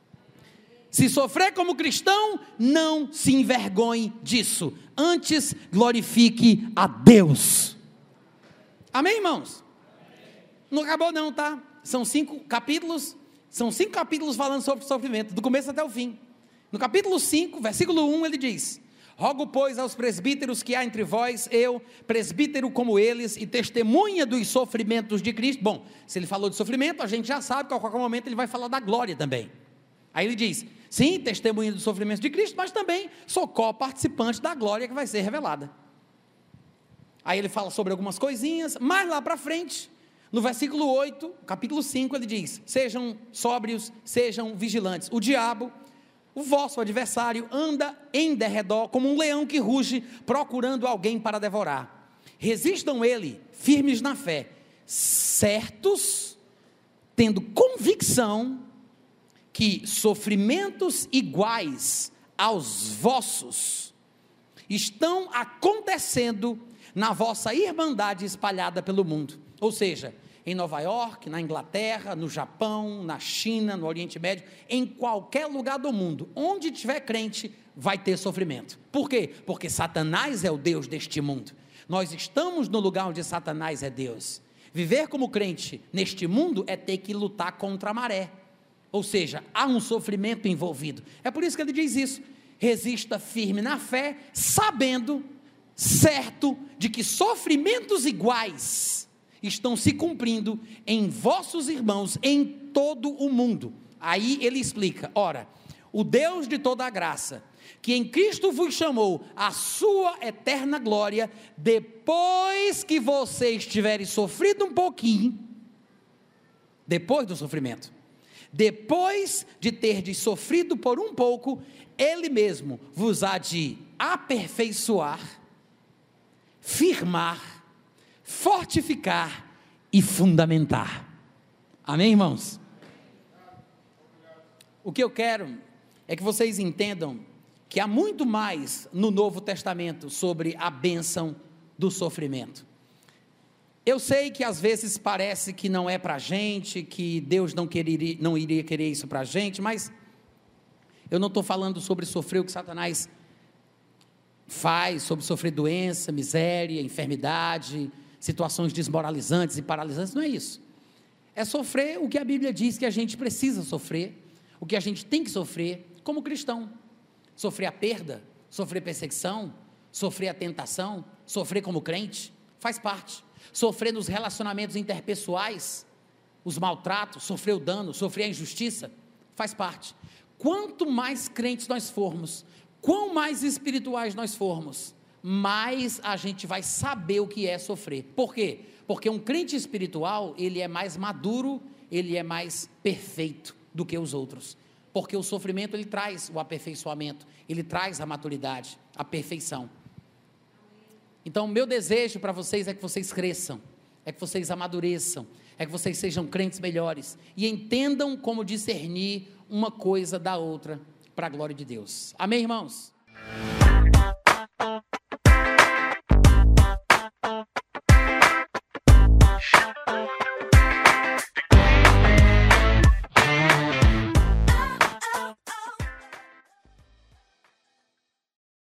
Se sofrer como cristão, não se envergonhe disso. Antes, glorifique a Deus. Amém, irmãos? Não acabou não, tá? São cinco capítulos, são cinco capítulos falando sobre sofrimento, do começo até o fim. No capítulo cinco, versículo um, ele diz, rogo, pois, aos presbíteros que há entre vós, eu, presbítero como eles, e testemunha dos sofrimentos de Cristo. Bom, se ele falou de sofrimento, a gente já sabe que a qualquer momento ele vai falar da glória também. Aí ele diz, sim, testemunha dos sofrimentos de Cristo, mas também sou co-participante da glória que vai ser revelada. Aí ele fala sobre algumas coisinhas, mais lá para frente, no versículo oito, capítulo cinco, ele diz, sejam sóbrios, sejam vigilantes. O diabo, o vosso adversário, anda em derredor como um leão que ruge, procurando alguém para devorar. Resistam ele, firmes na fé, certos, tendo convicção que sofrimentos iguais aos vossos estão acontecendo na vossa irmandade espalhada pelo mundo. Ou seja, em Nova York, na Inglaterra, no Japão, na China, no Oriente Médio, em qualquer lugar do mundo, onde tiver crente, vai ter sofrimento. Por quê? Porque Satanás é o Deus deste mundo. Nós estamos no lugar onde Satanás é Deus. Viver como crente neste mundo é ter que lutar contra a maré. Ou seja, há um sofrimento envolvido. É por isso que ele diz isso: resista firme na fé, sabendo, certo, de que sofrimentos iguais estão se cumprindo em vossos irmãos em todo o mundo. Aí ele explica: ora, o Deus de toda a graça, que em Cristo vos chamou a sua eterna glória, depois que vocês tiverem sofrido um pouquinho, depois do sofrimento, depois de terdes sofrido por um pouco, Ele mesmo vos há de aperfeiçoar, firmar, fortificar e fundamentar. Amém, irmãos? O que eu quero é que vocês entendam que há muito mais no Novo Testamento sobre a bênção do sofrimento. Eu sei que às vezes parece que não é para a gente, que Deus não, quereria, não iria querer isso para a gente, mas eu não estou falando sobre sofrer o que Satanás faz, sobre sofrer doença, miséria, enfermidade, situações desmoralizantes e paralisantes, não é isso. É sofrer o que a Bíblia diz que a gente precisa sofrer, o que a gente tem que sofrer como cristão. Sofrer a perda, sofrer perseguição, sofrer a tentação, sofrer como crente, faz parte. Sofrer nos relacionamentos interpessoais, os maltratos, sofrer o dano, sofrer a injustiça, faz parte. Quanto mais crentes nós formos, quão mais espirituais nós formos, mais a gente vai saber o que é sofrer. Por quê? Porque um crente espiritual, ele é mais maduro, ele é mais perfeito do que os outros. Porque o sofrimento, ele traz o aperfeiçoamento, ele traz a maturidade, a perfeição. Então, o meu desejo para vocês é que vocês cresçam, é que vocês amadureçam, é que vocês sejam crentes melhores e entendam como discernir uma coisa da outra para a glória de Deus. Amém, irmãos?